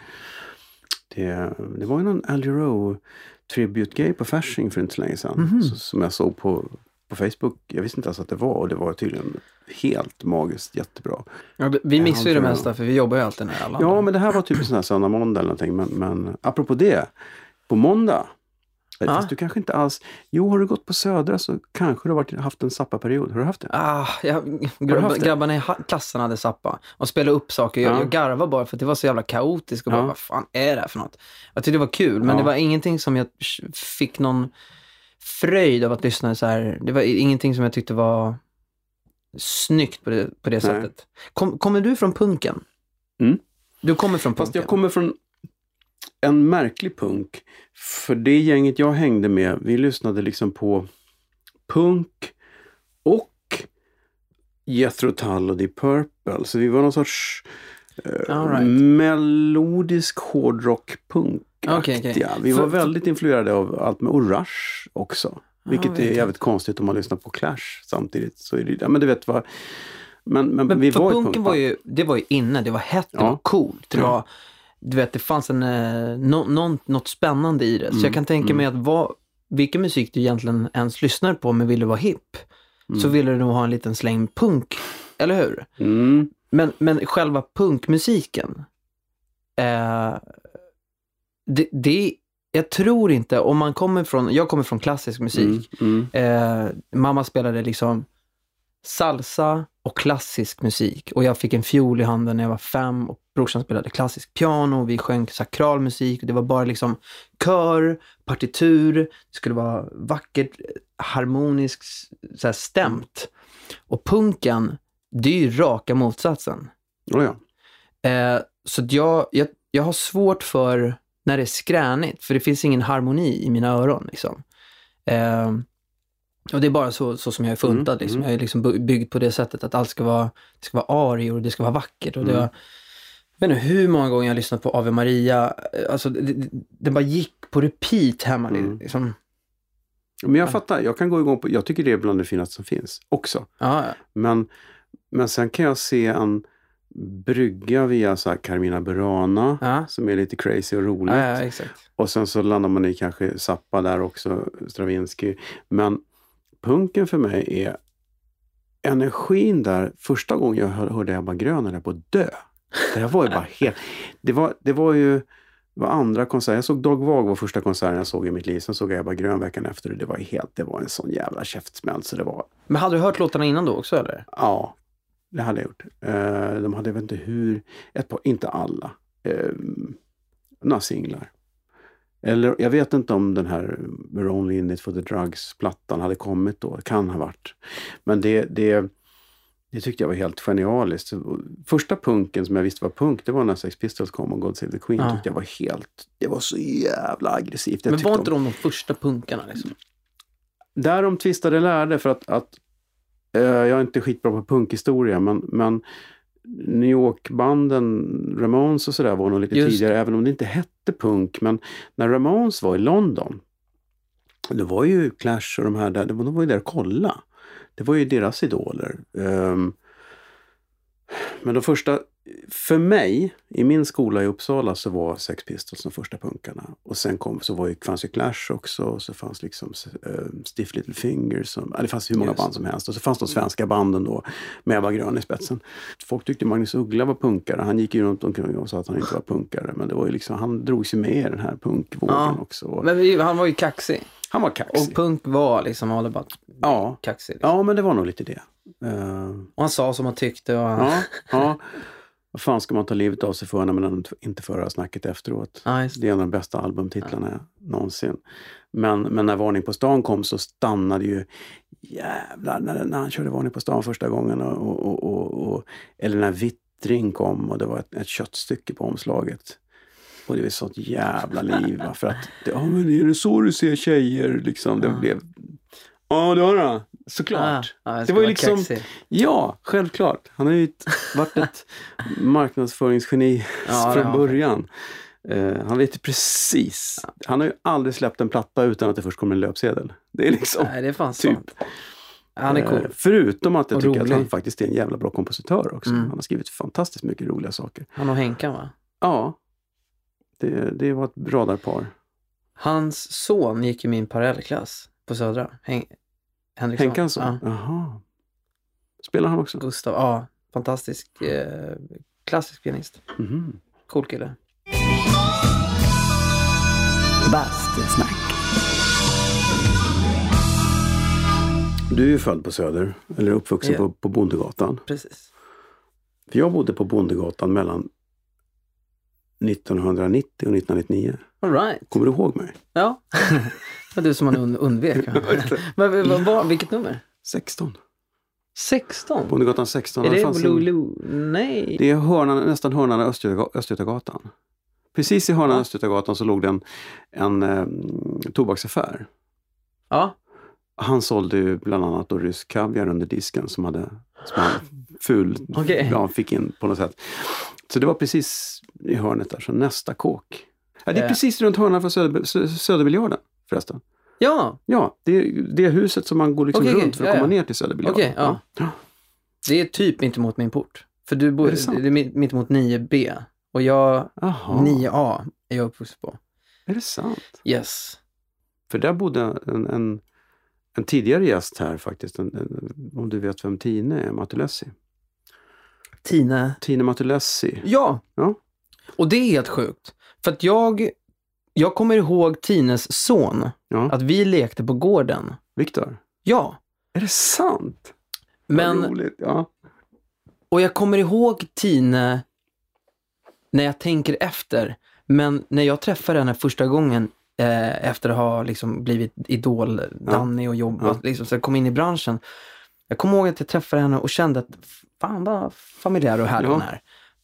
Det var ju någon Algero tribute gay på Fasching för inte så länge sedan. Som jag såg på Facebook. Jag visste inte ens att det var. Och det var tydligen helt magiskt jättebra. Ja, vi missar ju det mesta för vi jobbar ju alltid när alla andra. Ja, men det här var typ en sån här söndag måndag eller någonting. Men apropå det. På måndag. Fast du kanske inte alls... Jo, har du gått på Södra så kanske du har haft en Zappa-period. Har du haft det? Grabbarna i klassen hade Zappa. Och spelade upp saker. Jag garvar bara för att det var så jävla kaotiskt. Och bara, vad fan är det här för något? Jag tyckte det var kul. Men det var ingenting som jag fick någon fröjd av att lyssna så här. Det var ingenting som jag tyckte var snyggt på det sättet. Kommer du från punken? Du kommer från punken? Fast jag kommer från en märklig punk. För det gänget jag hängde med, vi lyssnade liksom på punk och Jethro Tull och Deep Purple. Så vi var någon sorts melodisk hårdrock-punk. Okay. Vi var väldigt influerade av allt med Rush också. Vilket är jävligt konstigt om man lyssnar på Clash samtidigt. Så är det, men du vet vad... Men vi var punken var ju inne, det var hett, det var coolt. Det var... Du vet, det fanns något spännande i det. Så jag kan tänka mig att vilken musik du egentligen ens lyssnar på men vill du vara hipp, så vill du nog ha en liten släng punk, eller hur? Men själva punkmusiken, jag tror inte, om man jag kommer från klassisk musik. Mamma spelade liksom salsa och klassisk musik. Och jag fick en fiol i handen när jag var 5 och brorsan spelade klassisk piano och vi sjöng sakral musik. Det var bara liksom kör, partitur, det skulle vara vackert, harmoniskt, så här stämt. Och punken, det är ju raka motsatsen. Så att jag har svårt för när det är skränigt, för det finns ingen harmoni i mina öron liksom. Och det är bara så som jag är funtad liksom. Jag är liksom byggd på det sättet att allt ska vara arior och det ska vara vackert och det var, jag vet inte hur många gånger jag har lyssnat på Ave Maria, alltså det bara gick på repeat hemma liksom. Men jag fattar, jag kan gå igång på, jag tycker det är bland det finaste som finns också. Ja. Men sen kan jag se en brygga via så här Carmina Burana som är lite crazy och roligt. Ja, exakt. Och sen så landar man i kanske Zappa där också, Stravinsky. Men punken för mig är energin där. Första gången jag hörde Ebba Grön där på att dö. Det var ju bara helt... Det var andra konserter. Jag såg Dag Vag var första konserten jag såg i mitt liv. Sen såg jag Ebba Grön veckan efter. Det var en sån jävla käftsmäll så det var... Men hade du hört låtarna innan då också eller? Ja, det hade jag gjort. De hade, jag vet inte hur... inte alla. Några singlar. Eller jag vet inte om den här We're Only In It For The Drugs-plattan hade kommit då. Det kan ha varit. Men det tyckte jag var helt genialiskt. Första punken som jag visste var punk, det var när Sex Pistols kom och God Save the Queen. Tyckte jag det var så jävla aggressivt. Men var inte de första punkarna liksom? Där de tvistade lärde för att jag är inte skitbra på punkhistoria, men New York-banden Ramones och sådär var nog lite tidigare, även om det inte hette punk. Men när Ramones var i London, det var ju Clash och de här där, de var ju där och kolla. Det var ju deras idoler. Men de första, för mig, i min skola i Uppsala så var Sex Pistols de första punkarna. Och sen fanns ju Clash också, och så fanns liksom Stiff Little Fingers. Det fanns hur många band som helst. Och så fanns de svenska banden då, med Ebba Grön i spetsen. Folk tyckte Magnus Uggla var punkare. Han gick ju runt omkring och sa att han inte var punkare. Men det var ju liksom, han drog sig med i den här punkvågen också. Men han var ju kaxig. Han var kaxig. Och punk var liksom all about kaxig. Liksom. Ja, men det var nog lite det. Och han sa som han tyckte. Och ja. Vad fan ska man ta livet av sig för när man inte föra snacket efteråt? Det är en av de bästa albumtitlarna någonsin. Men när Varning på stan kom så stannade ju jävlar när han körde Varning på stan första gången eller när Vittring kom och det var ett köttstycke på omslaget. Och det var sånt jävla liv för att men är det så du ser tjejer liksom? Det blev det var det. Såklart. Det var ju liksom kaxig. Ja, självklart. Han har ju varit ett marknadsföringsgeni från början. Han vet precis. Han har ju aldrig släppt en platta utan att det först kommer en löpsedel. Det är liksom det är fan typ. Han är cool. Förutom att jag tycker att han faktiskt är en jävla bra kompositör också. Han har skrivit fantastiskt mycket roliga saker. Han och Henkan, va? Ja. Det var ett radarpar. Hans son gick i min parallellklass på Södra. Henkan så? Jaha. Spelar han också? Gustav, fantastisk klassisk pianist. Cool kille. Bastusnack. Du är ju född på Söder, eller uppvuxen på Bondegatan. Precis. För jag bodde på Bondegatan mellan 1990 och 1999. All right. Kommer du ihåg mig? Ja. Det var du som man undvek. Men vilket nummer? 16. 16? Bondegatan 16. Är det Lulu? Nej. Det är nästan hörnan av Östgötagatan. Precis i hörnan av Östgötagatan så låg det en tobaksaffär. Ja. Han sålde ju bland annat då rysk kaviar under disken som han ful fick in på något sätt. Så det var precis i hörnet där, så nästa kåk. Ja, det är precis runt hörnan för Söderbiljarden förresten. Ja. Ja, det är huset som man går liksom runt för att komma ner till Söderbiljarden. Ja. Det är typ inte mot min port. För du bor det är mitt emot 9B. Och jag 9A är jag uppvuxen på. Är det sant? Yes. För där bodde en tidigare gäst här faktiskt. Om du vet vem Tine är, Matulessi. Tine Matulessi. Ja. Och det är helt sjukt. För att jag kommer ihåg Tines son. Att vi lekte på gården. Viktor? Ja. Är det sant? Men, roligt, och jag kommer ihåg Tine när jag tänker efter. Men när jag träffade henne första gången efter att ha liksom blivit idol Danny och jobbat liksom, så jag kom in i branschen. Jag kommer ihåg att jag träffade henne och kände att fan vad familjär och härlig hon är.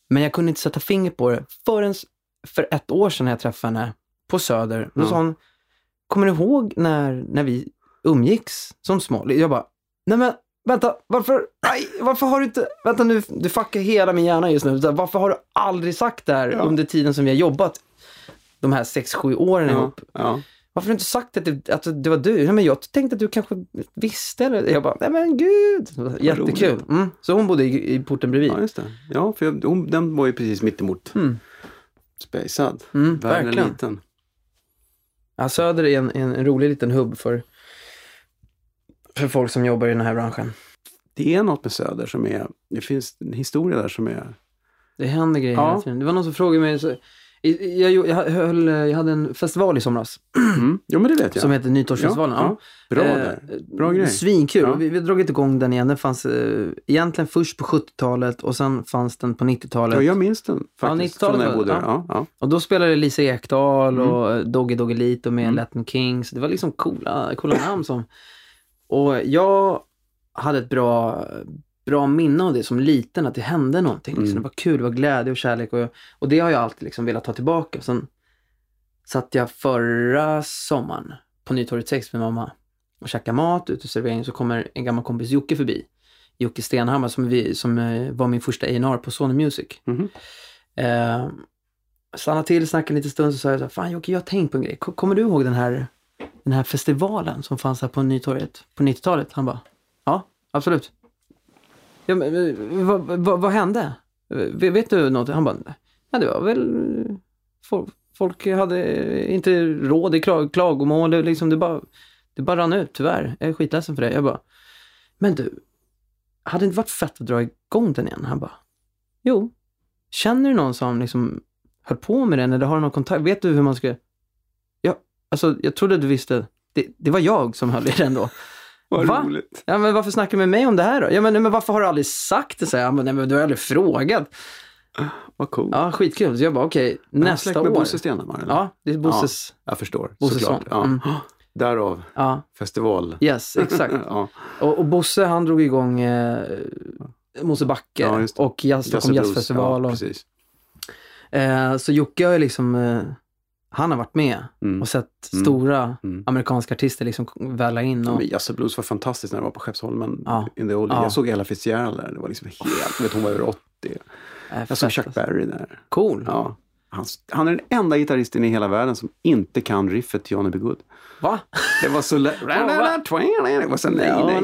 Men jag kunde inte sätta finger på det förrän för 1 år sedan när jag träffade henne på Söder. Då sa hon, kommer du ihåg när vi umgicks som små? Jag bara, nej men vänta, varför har du inte, vänta nu, du fuckar hela min hjärna just nu. Varför har du aldrig sagt det här under tiden som vi har jobbat de här 6-7 åren ihop? Ja. Varför har du inte sagt att det var du? Nej, men jag tänkte att du kanske visste. Eller? Jag bara, nej men gud. Jättekul. Så hon bodde i porten bredvid. Ja, just det. Ja, för den var ju precis mitt emot. Spejsad. Verkligen. Liten. Ja, Söder är en rolig liten hubb för folk som jobbar i den här branschen. Det är något med Söder som är... Det finns en historia där som är... Det händer grejer hela tiden. Det var någon som frågade mig... Jag hade en festival i somras. Jo, men det vet jag. Som heter Nytorgsfestivalen. Ja. Bra där. Bra grej. Svinkul. Ja. Vi drog inte igång den igen. Den fanns egentligen först på 70-talet och sen fanns den på 90-talet. Ja, jag minns den faktiskt. 90-talet. När jag bodde där. Ja. Och då spelade Lisa Ekdahl och Doggy Doggelito med Latin Kings. Det var liksom coola namn som... Och jag hade ett bra minne av det som liten, att det hände någonting. Liksom. Det var kul, det var glädje och kärlek. Och det har jag alltid liksom velat ta tillbaka. Sen satt jag förra sommaren på Nytorget 6 med mamma och käkade mat ute i serveringen. Så kommer en gammal kompis Jocke förbi. Jocke Stenhammar som var min första A&R på Sony Music. Stannade till, snackade lite stund, så sa jag så här, fan Jocke, jag har tänkt på en grej. Kommer du ihåg den här festivalen som fanns här på Nytorget på 90-talet? Han bara, ja, absolut. Ja, men, vad hände? Vet du något? Han bara, ja, det var väl folk hade inte råd i klagomål. Liksom, det bara rann ut, tyvärr. Jag är skitledsen för det. Jag bara, men du, hade det inte varit fett att dra igång den igen? Han bara, jo. Känner du någon som liksom höll på med den? Eller har du någon kontakt? Vet du hur man ska... Ja, alltså, jag trodde du visste. Det var jag som höll i den då. Vad roligt. Ja, men varför snackar du med mig om det här då? Ja, men varför har du aldrig sagt det? Så här, men du har aldrig frågat. Vad cool. Ja, skitkul. Så jag bara, okej, nästa år. Med Bosse Stenhammar, eller? Ja, det är Bosses. Ja, jag förstår. Bosses såklart. son. Ja. Därav festival. Yes, exakt. Och Bosse, han drog igång Mosebacke och Stockholm Jazzfestival. Ja, precis. Så Jocke har ju liksom... han har varit med och sett stora amerikanska artister liksom välla in. Och... Jazz Blues var fantastiskt när jag var på Skeppsholmen. Jag såg Ella Fitzgerald där. Det var liksom helt... hon var över 80. Jag såg Chuck Berry där. Cool. Ja. Han är den enda gitarristen i hela världen som inte kan riffet till Johnny B. Good. Va? Det var så... det var så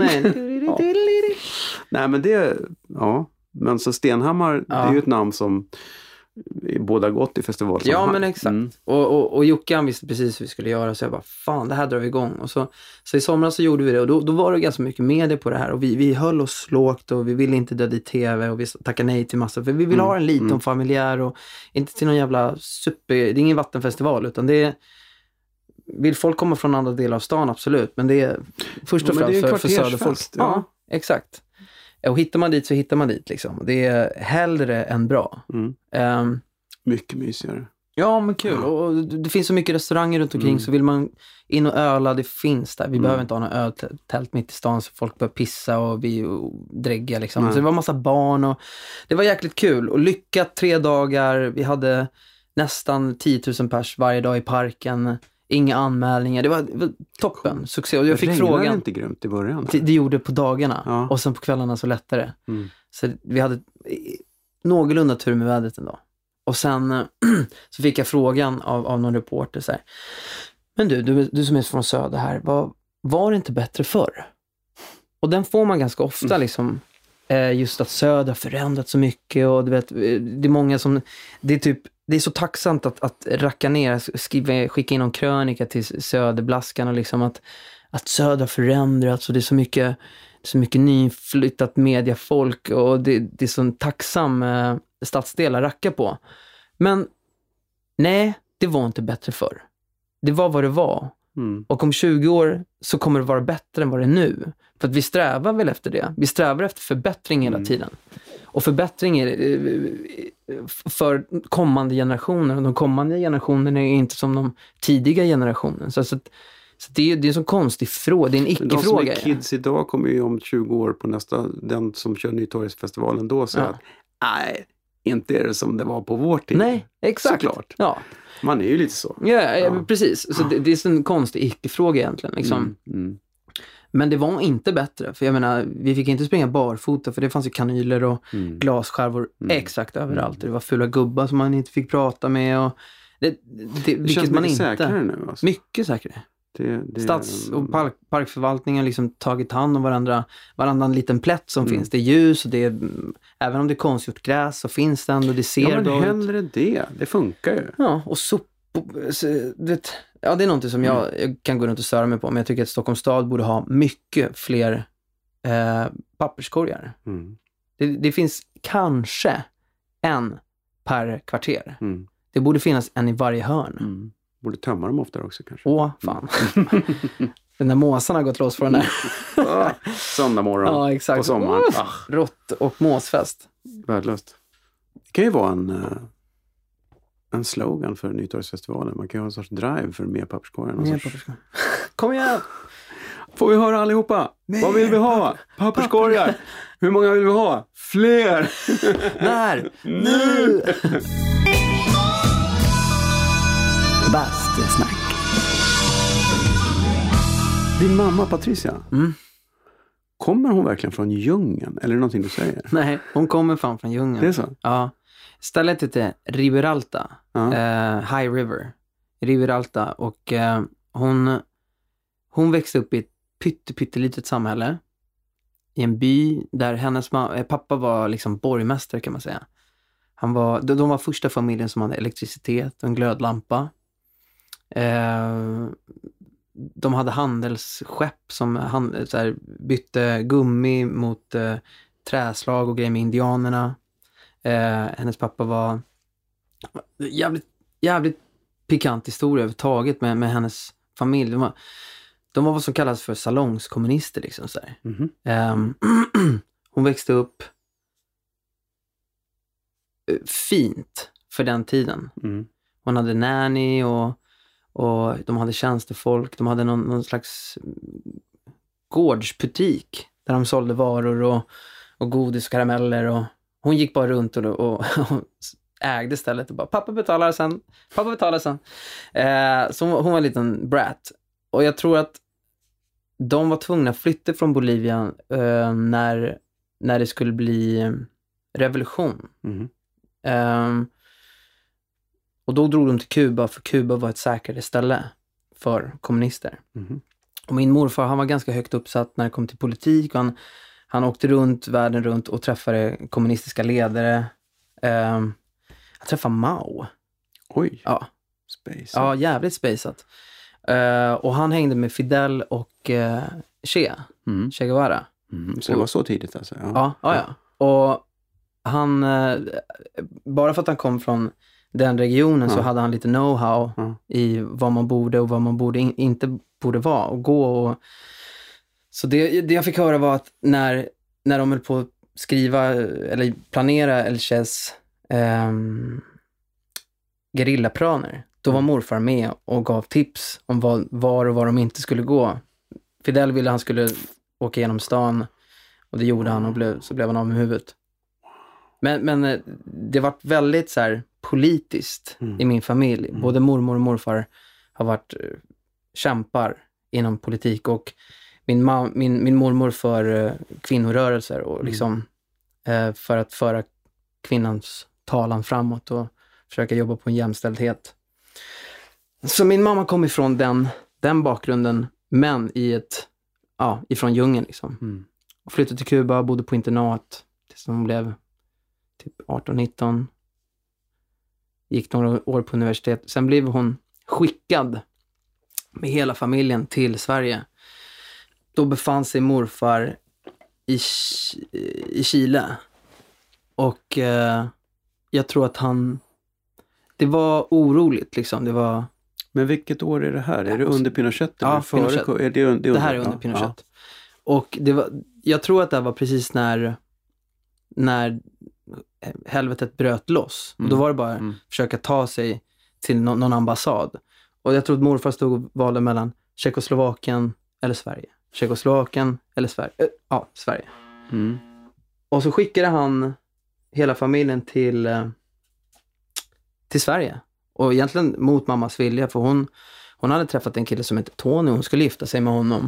nej, men det... Ja. Men så Stenhammar, det är ju ett namn som... båda gått i festival. Ja, men exakt. Och Jocke, han visste precis hur vi skulle göra, så jag bara, fan, det här drar vi igång. Och så i somras så gjorde vi det, och då var det ganska mycket media på det här, och vi höll oss lågt, och vi ville inte dö dit tv, och vi tackade nej till massa, för vi vill ha en liten familjär, och inte till någon jävla det är ingen vattenfestival, utan det är, vill folk komma från andra delar av stan, absolut, men det är först och främst för söderfolk. Ja, exakt. Och hittar man dit så hittar man dit liksom. Det är hellre än bra. Mycket mysigare. Ja, men kul. Och det finns så mycket restauranger runt omkring, så vill man in och öla, det finns där. Vi behöver inte ha någon öltält mitt i stan så folk börjar pissa och vi drägga liksom. Så det var massa barn och det var jäkligt kul. Och lyckat 3 dagar. Vi hade nästan 10 000 pers varje dag i parken. Inga anmälningar. Det var toppen. Succé. Och jag fick frågan. Det inte grymt i början? Det gjorde på dagarna. Ja. Och sen på kvällarna så lättare. Så vi hade någorlunda tur med vädret ändå. Och sen så fick jag frågan av någon reporter så här. Men du som är från Söder här. Var det inte bättre förr? Och den får man ganska ofta liksom. Just att Söder har förändrat så mycket. Och du vet, det är många som... Det är så tacksamt att racka ner, skicka in någon krönika till Söderblaskan och liksom att Söder har förändrats och det är så mycket nyflyttat mediafolk och det är så en tacksam stadsdel att racka på. Men nej, det var inte bättre förr. Det var vad det var. Och om 20 år så kommer det vara bättre än vad det är nu. För att vi strävar väl efter det. Vi strävar efter förbättring hela tiden. Och förbättring är för kommande generationer. Och de kommande generationerna är inte som de tidiga generationerna. Så det är en sån konstig fråga. Det är en icke-fråga. De som är kids idag kommer ju om 20 år på den som kör Nytorgsfestivalen då säga att nej, inte är det som det var på vår tid. Nej, exakt. Såklart. Ja. Man är ju lite så. Ja, precis. Så det är en konstig icke-fråga egentligen. Liksom. Men det var inte bättre. För jag menar, vi fick inte springa barfota för det fanns ju kanyler och glasskärvor exakt överallt. Det var fula gubbar som man inte fick prata med. Och det känns man mycket inte. Säkrare nu. Alltså. Mycket säkrare. Stads- och parkförvaltningen har liksom tagit hand om varannan liten plätt som finns. Det är ljus och det är, även om det är konstgjort gräs så finns det ändå, det ser bra ut. Ja, men hellre det. Det funkar ju. Ja, och det är någonting som jag kan gå runt och störa mig på, men jag tycker att Stockholms stad borde ha mycket fler papperskorgar. Det finns kanske en per kvarter. Det borde finnas en i varje hörn. Borde tömma dem oftare också kanske. Åh, fan. Den där måsarna har gått loss från den där. Söndag morgon. Ja, exakt. På sommaren. Rått och måsfest. Värdelöst. Det kan ju vara en slogan för Nytorgsfestivalen. Man kan ju ha en sorts drive för mer papperskorgar. Kom igen! Får vi höra allihopa? Vad vill vi ha? Papperskorgar! Hur många vill vi ha? Fler! När? Nu! Bastusnack. Din mamma Patricia, kommer hon verkligen från djungeln? Eller är det någonting du säger? Nej, hon kommer fan från djungeln. Det är så? Ja. Stället heter Riberalta. High River. Riberalta. Och hon växte upp i ett pyttelitet samhälle. I en by där hennes pappa var liksom borgmästare kan man säga. De var första familjen som hade elektricitet och en glödlampa. De hade handelsskepp som bytte gummi mot träslag och grejer med indianerna. Hennes pappa var jävligt pikant historia överhuvudtaget med hennes familj. De var vad som kallas för salongskommunister liksom så här. Hon växte upp fint för den tiden. Hon hade nanny och de hade tjänstefolk. De hade någon slags gårdsbutik där de sålde varor och godis och karameller. Och hon gick bara runt och ägde stället och bara, pappa betalar sen. Så hon var en liten brat. Och jag tror att de var tvungna att flytta från Bolivia när det skulle bli revolution. Och då drog de till Kuba, för Kuba var ett säkrare ställe för kommunister. Och min morfar, han var ganska högt uppsatt när det kom till politik. Och han åkte världen runt och träffade kommunistiska ledare. Han träffade Mao. Oj. Ja. Space. Ja, jävligt spacet. Och han hängde med Fidel och Che Guevara. Så det var så tidigt alltså? Ja. Och han, bara för att han kom från den regionen så hade han lite know-how i vad man borde och vad man inte borde vara och gå. Så det jag fick höra var att när de höll på att skriva eller planera Elches gerillaplaner, då var morfar med och gav tips om var och var de inte skulle gå. Fidel ville han skulle åka genom stan och det gjorde han och så blev han av med huvudet. Men det var väldigt så här politiskt i min familj. Både mormor och morfar har varit kämpar inom politik och min mormor för kvinnorörelser och liksom för att föra kvinnans talan framåt och försöka jobba på en jämställdhet. Så min mamma kom ifrån den bakgrunden, men ifrån djungeln liksom. Och flyttade till Kuba, bodde på internat tills hon blev typ 18-19. Gick några år på universitet. Sen blev hon skickad med hela familjen till Sverige. Då befann sig morfar i Chile. Och jag tror att det var oroligt liksom. Det var... Men vilket år är det här? Är det under Pinochet? Ja, Pinochet. Det här är under Pinochet. Och jag tror att det var precis när helvetet bröt loss. Och då var det bara att försöka ta sig till någon ambassad. Och jag tror att morfar stod och valde mellan Tjeckoslovakien eller Sverige. Tjeckoslovakien eller Sverige. Sverige. Och så skickade han hela familjen till Sverige. Och egentligen mot mammas vilja, för hon hade träffat en kille som heter Tony, hon skulle gifta sig med honom.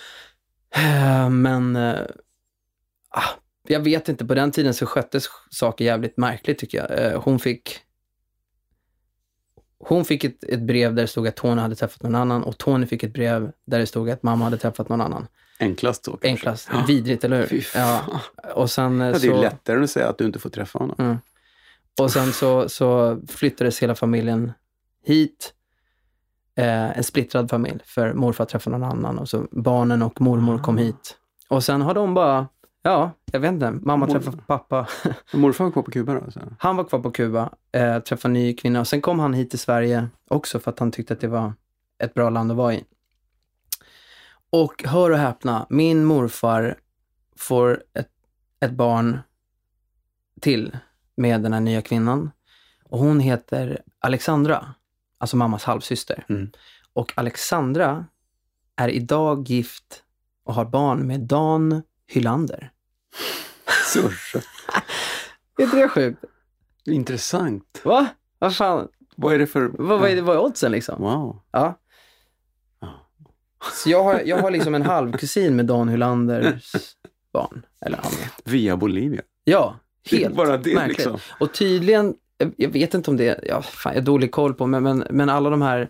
Men jag vet inte, på den tiden så sköttes saker jävligt märkligt tycker jag. Hon fick ett brev där det stod att Tony hade träffat någon annan, och Tony fick ett brev där det stod att mamma hade träffat någon annan. Enklast då kanske. Enklast, vidrigt, eller hur? Ja. Och sen, det är lättare än att säga att du inte får träffa honom. Mm. Och sen så flyttades hela familjen hit. En splittrad familj, för morfar träffade någon annan, och så barnen och mormor kom hit. Och sen har de bara, jag vet inte, mamma träffade pappa. Morfar var kvar på Kuba då? Så. Han var kvar på Kuba, träffade en ny kvinna, och sen kom han hit till Sverige också för att han tyckte att det var ett bra land att vara i. Och hör och häpna, min morfar får ett barn till med den här nya kvinnan, och hon heter Alexandra, alltså mammas halvsyster. Och Alexandra är idag gift och har barn med Dan Hylander. Så sjukt. Är inte det sjukt? Intressant. Va? Vad fan? Vad är det för... Vad är oddsen liksom? Wow. Ja. Så jag har liksom en halvkusin med Dan Hylanders barn. Eller han. Via Bolivia. Ja, helt bara det märkligt. liksom. Och tydligen, jag vet inte om det, jag har dålig koll på, men alla de här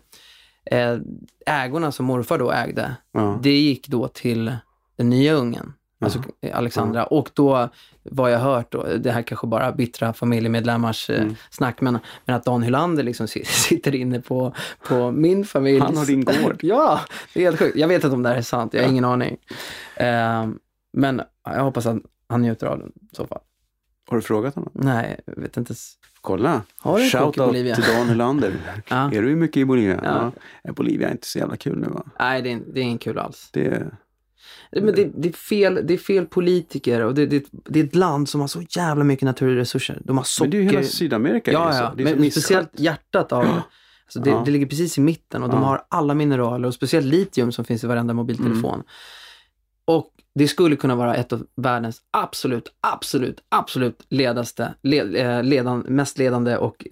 ägorna som morfar då ägde, det gick då till den nya ungen. Alltså Alexandra. Och då, vad jag hört då, det här kanske bara bittra familjemedlemmars snack, men att Dan Hylander liksom sitter inne på min familj. Han har din gård. Ja, det är helt sjukt. Jag vet inte om det här är sant, jag har ingen aning. Men jag hoppas att han njuter av den i så fall. Har du frågat honom? Nej, jag vet inte. Kolla, shoutout till Dan Hylander. Är du mycket i Bolivia? Ja. Bolivia är inte så jävla kul nu, va? Nej, det är inte kul alls. Men det är fel politiker, och det är ett land som har så jävla mycket naturresurser. De har socker. Men det är ju hela Sydamerika. Ja. Det är men speciellt hjärtat av det. Alltså det ligger precis i mitten, och de har alla mineraler, och speciellt litium som finns i varenda mobiltelefon. Och det skulle kunna vara ett av världens absolut mest ledande och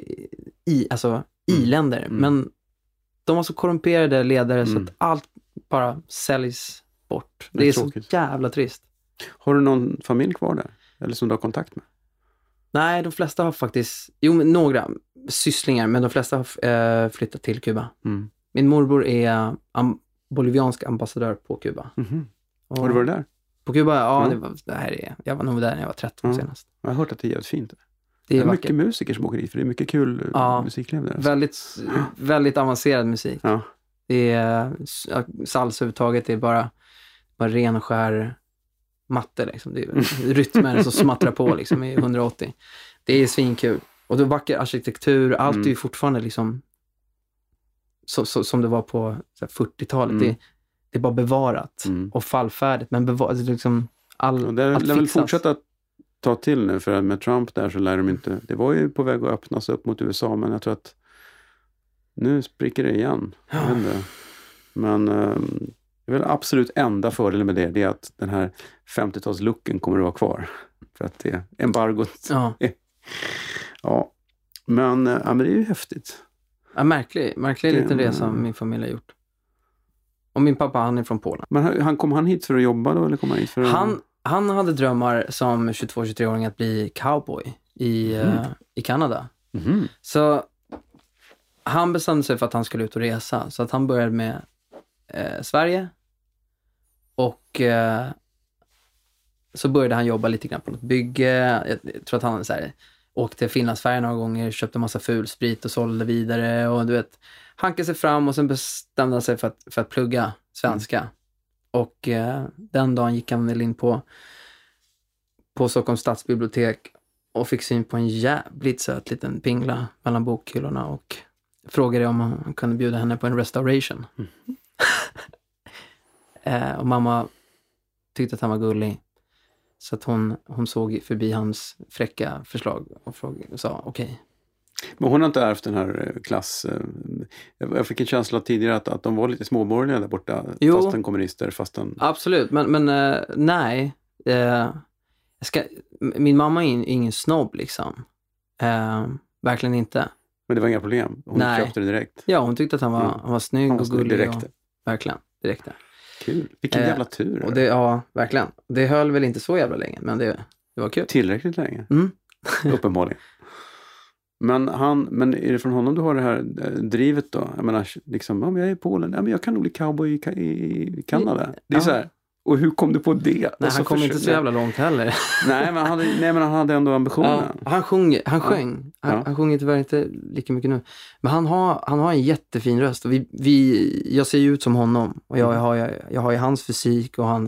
i-länder. Men de har så korrumperade ledare så att allt bara säljs bort. Det är så jävla trist. Har du någon familj kvar där? Eller som du har kontakt med? Nej, de flesta har faktiskt... några sysslingar, men de flesta har flyttat till Kuba. Min morbror är boliviansk ambassadör på Kuba. Har du varit där? På Kuba? Ja, jag var nog där när jag var 13 senast. Jag har hört att det är jävligt fint. Det är mycket musiker som åker dit, för det är mycket kul musikliv där. Väldigt avancerad musik. Ja. Det är salsa-uttaget är bara ren och skär matte liksom. Det är rytmer som smattrar på liksom i 180. Det är svinkul. Och det är vacker arkitektur, allt är ju fortfarande liksom som det var på 40-talet. Det är bara bevarat och fallfärdigt, men bevarat liksom allt lär väl fortsätta ta till nu, för att med Trump där så lär de inte, det var ju på väg att öppnas upp mot USA, men jag tror att nu spricker det igen. Men det är väl absolut enda fördelen med det är att den här 50-talslooken kommer att vara kvar. För att det är embargot. Men det är ju häftigt. Ja, märklig liten resa min familj har gjort. Och min pappa, han är från Polen. Men kom han hit för att jobba då? Eller kom han hit för att... Han hade drömmar som 22-23-åring att bli cowboy i Kanada. Så han bestämde sig för att han skulle ut och resa. Så att han började med Sverige. Och så började han jobba lite grann på något bygge. Jag tror att han åkte till Finlandsfärjan några gånger, köpte massa fulsprit och sålde vidare. Och du vet, hankade sig fram, och sen bestämde han sig för att plugga svenska. Och den dagen gick han väl in på Stockholms stadsbibliotek och fick syn på en jävligt söt liten pingla mellan bokhyllorna, och frågade om han kunde bjuda henne på en restauration. Och mamma tyckte att han var gullig, så att hon såg förbi hans fräcka förslag och sa okej. Men hon har inte ärvt den här jag fick en känsla tidigare att de var lite småborgerliga där borta, fastän kommunister, fastän... Absolut, men nej. Min mamma är ingen snobb liksom. Verkligen inte. Men det var inga problem? Hon köpte det direkt? Ja, hon tyckte att han var snygg och gullig. Direkt. Verkligen, direkt. Kul. Vilken jävla tur. Och ja, verkligen. Det höll väl inte så jävla länge, men det var kul. Tillräckligt länge. Uppenbarligen. Men är det från honom du har det här drivet då? Jag menar, liksom, om jag är i Polen, men jag kan nog bli cowboy i Kanada. Det är så här. Och hur kom du på det? Nej, han kom inte så jävla långt heller. Nej, men han hade ändå ambitionen. Ja, han sjöng. Han sjunger tyvärr inte lika mycket nu. Men han har en jättefin röst. Och jag ser ju ut som honom. Och jag har ju hans fysik och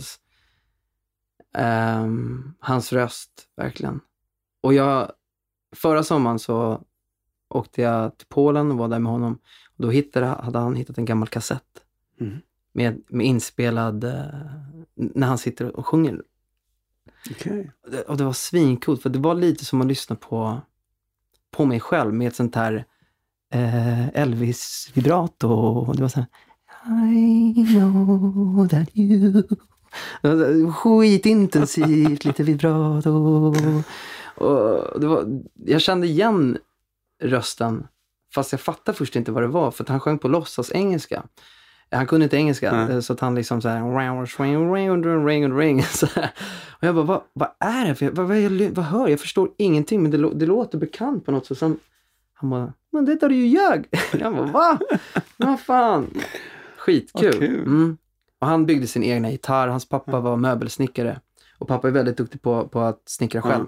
hans röst, verkligen. Och förra sommaren så åkte jag till Polen och var där med honom. Och då hade han hittat en gammal kassett. Med inspelad när han sitter och sjunger. Okay. Och det var svincoolt, för det var lite som att lyssna på mig själv med ett sånt här Elvis-vibrato. Och det var så här, I know that you... Skitintensivt, lite vibrato. Och jag kände igen rösten, fast jag fattade först inte vad det var, för att han sjöng på låtsas engelska. Han kunde inte engelska, så att han liksom så här ring. Och jag bara, vad är det för, vad hör jag? Jag förstår ingenting, men det låter bekant på något sätt. Så han bara, men det är ju jag. Jag bara, va? Vad fan? Skitkul. Och han byggde sin egna gitarr. Hans pappa var möbelsnickare. Och pappa är väldigt duktig på att snickra själv.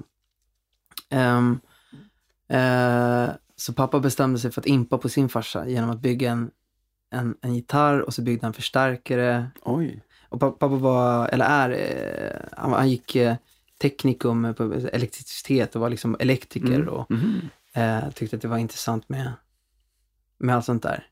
Så pappa bestämde sig för att impa på sin farsa genom att bygga en gitarr, och så byggde han förstärkare. Oj. Och pappa han gick teknikum på elektricitet och var liksom elektriker och tyckte att det var intressant med allt sånt där.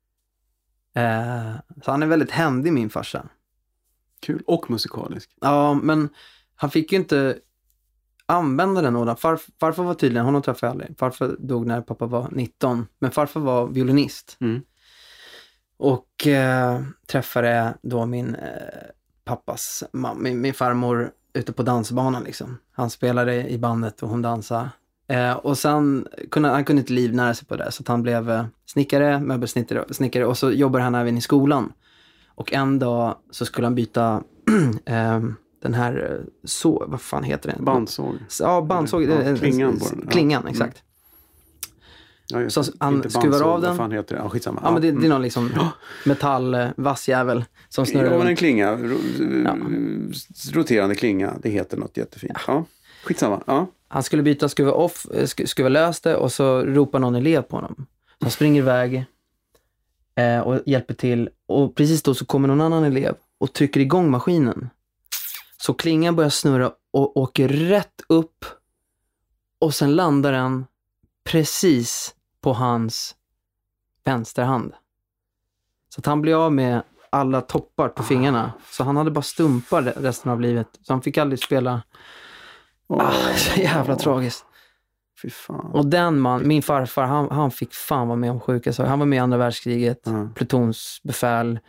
Så han är väldigt händig, min farsa. Kul. Och musikalisk. Ja, men han fick ju inte använda den ådan. Farfar var tydligen, honom träffade jag aldrig. Farfar dog när pappa var 19. Men farfar var violinist. Och träffade då min pappas min farmor ute på dansbanan liksom. Han spelade i bandet och hon dansade. Och sen han kunde inte livnära sig på det, så att han blev snickare, möbelsnickare, och så jobbade han även i skolan. Och en dag så skulle han byta den här vad fan heter det? Bandsåg. Ja, bandsåg. Klingan. Klingan, exakt. Ja, så han skruvar av den. Vad fan heter det? Ja, skitsamma. Ja, men det är någon liksom metallvassjävel som snurrar runt. En klinga. Roterande klinga. Det heter något jättefint. Ja. Skitsamma. Ja. Han skulle byta, skruva lös det, och så ropar någon elev på honom. Så han springer iväg och hjälper till. Och precis då så kommer någon annan elev och trycker igång maskinen. Så klingan börjar snurra och åker rätt upp. Och sen landar den precis på hans vänsterhand. Så att han blir av med alla toppar på fingrarna. Så han hade bara stumpar resten av livet. Så han fick aldrig spela. Så jävla tragiskt. Fy fan. Och min farfar, han fick fan vara med om sjuka saker. Han var med i andra världskriget. Plutonsbefäl.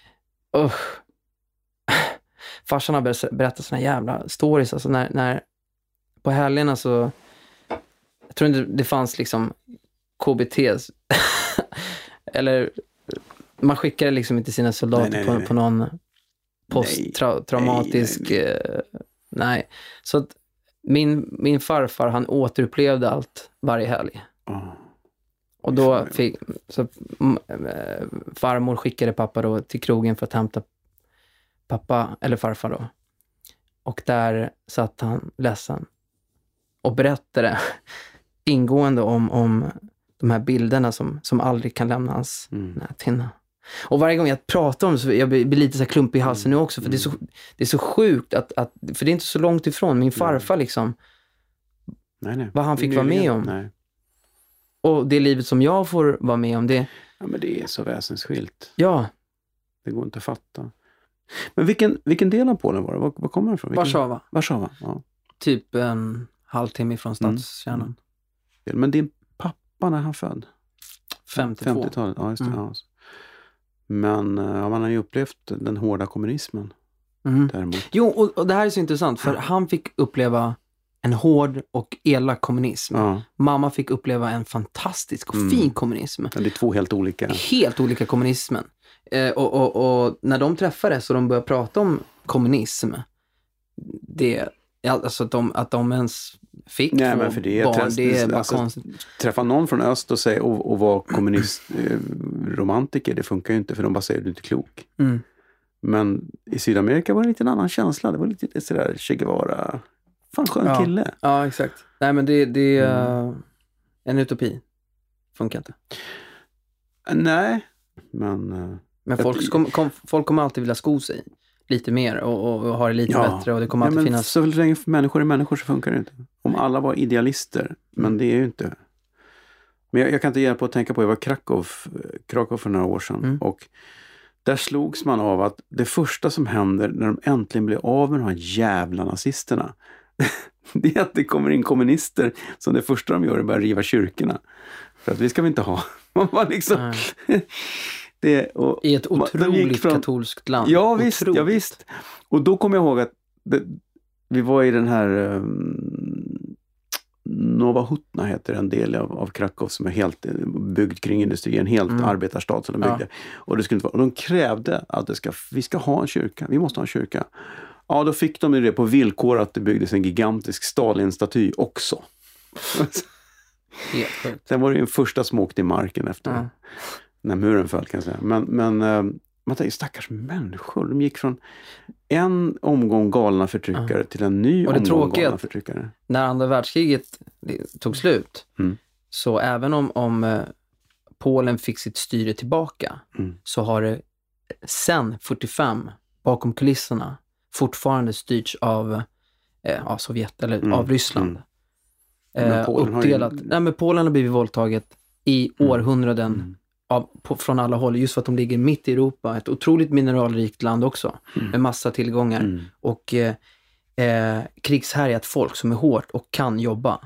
Farsan har berättat såna jävla stories. Alltså när på helgerna så, jag tror inte det fanns liksom KBT. Eller man skickade liksom inte sina soldater på någon posttraumatisk. Nej. Så att min farfar, han återupplevde allt varje helg. Och då farmor skickade pappa då till krogen för att hämta pappa, eller farfar då. Och där satt han ledsen och berättade ingående om de här bilderna som aldrig kan lämna hans näthinna. Och varje gång jag pratar om det så jag blir lite så här klumpig i halsen nu också, för det är så sjukt att för det är inte så långt ifrån min farfar liksom. Nej. Vad han fick vara med om. Nej. Och det livet som jag får vara med om det. Ja, men det är så väsensskilt. Ja. Det går inte att fatta. Men vilken del av Polen var det? Var kommer det ifrån? Warszawa, ja. Typ en halvtimme från stadskärnan. Men din pappa, när han född? 50-talet. Ja, just det. Ja. Men man har ju upplevt den hårda kommunismen. däremot. Jo, och det här är så intressant för han fick uppleva en hård och elak kommunism. Ja. Mamma fick uppleva en fantastisk och fin kommunism. Det är två helt olika. Helt olika kommunismen. Och när de träffades och de började prata om kommunism, alltså att de ens fick Nej, men för det barn, det är bara konstigt. Träffa någon från öst och säga och vara romantiker, det funkar ju inte för de bara säger du är inte klok. Men i Sydamerika var det lite en annan känsla. Det var lite sådär Che Guevara. Fan, skön kille. Ja, exakt. Nej, men det är en utopi. Funkar inte. Nej, men folk kommer alltid vilja sko sig lite mer och ha det lite bättre och det kommer alltid finnas... Så länge människor är människor så funkar det inte. Om alla var idealister, men det är ju inte... Men jag kan inte hjälpa att tänka på, jag var Krakow för några år sedan och där slogs man av att det första som händer när de äntligen blir av med de här jävla nazisterna, det är att det kommer in kommunister som det första de gör är bara riva kyrkorna. För att vi ska vi inte ha. Man var liksom... I ett otroligt katolskt land. Ja visst. Och då kommer jag ihåg att vi var i den här Nova Hutna heter en del av Krakow som är helt byggd kring industri, en helt arbetarstad som de byggde. Och det skulle inte vara, och de krävde att vi ska ha en kyrka, vi måste ha en kyrka. Ja, då fick de det på villkor att det byggdes en gigantisk Stalin-staty också. Sen var det ju en första som åkte i marken efter när muren föll, kan jag säga. Men man tänker, stackars människor. De gick från en omgång galna förtryckare till en ny omgång galna förtryckare. När andra världskriget tog slut, så även om Polen fick sitt styre tillbaka, så har det sen 45 bakom kulisserna fortfarande styrts av Sovjet eller av Ryssland. Uppdelat. Men Polen har blivit våldtaget i århundraden från alla håll, just för att de ligger mitt i Europa, ett otroligt mineralrikt land också, med massa tillgångar och krigshärjat folk som är hårt och kan jobba.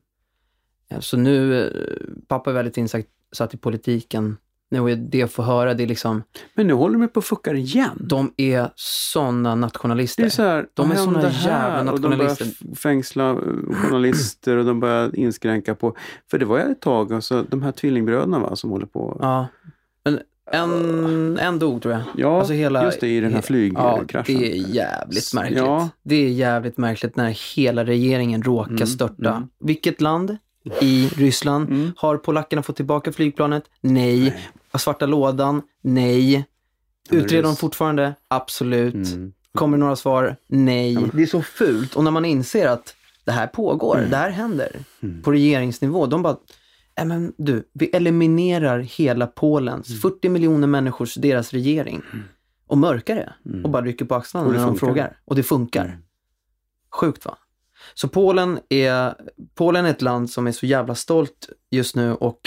Så nu, pappa är väldigt insatt i politiken. Nu är det att få höra, det är liksom... Men nu håller de på att fucka igen. De är såna nationalister. Det är så här, de är såna jävla nationalister. Och de börjar fängsla journalister och de börjar inskränka på... För det var ett tag, alltså, de här tvillingbröderna som håller på... Ja, men en dog tror jag. Ja, alltså just det, i den här flygkraschen. Ja, det är jävligt märkligt. Ja. Det är jävligt märkligt när hela regeringen råkar störta. Vilket land? I Ryssland. Har polackerna fått tillbaka flygplanet? Nej. Svarta lådan? Nej. Utreder de fortfarande? Absolut. Kommer några svar? Nej. Det är så fult. Och när man inser att det här pågår, det här händer på regeringsnivå, de bara, men du, vi eliminerar hela Polens 40 miljoner människors, deras regering och mörkar det och bara rycker på axlarna när de frågar. Och det funkar. Sjukt, va? Så Polen är ett land som är så jävla stolt just nu och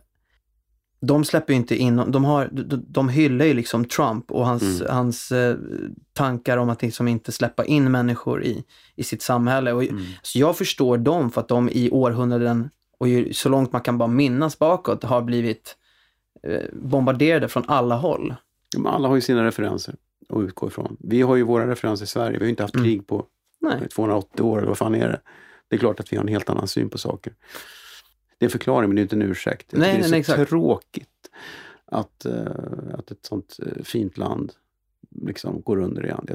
de släpper ju inte in, de hyllar ju liksom Trump och hans tankar om att liksom inte släppa in människor i sitt samhälle. Och, så jag förstår dem för att de i århundraden och så långt man kan bara minnas bakåt har blivit bombarderade från alla håll. Alla har ju sina referenser att utgå ifrån. Vi har ju våra referenser i Sverige. Vi har ju inte haft krig på 280 år eller vad fan är det? Det är klart att vi har en helt annan syn på saker. Det är en förklaring men det är inte en ursäkt. Det är så tråkigt att ett sånt fint land liksom går under igen.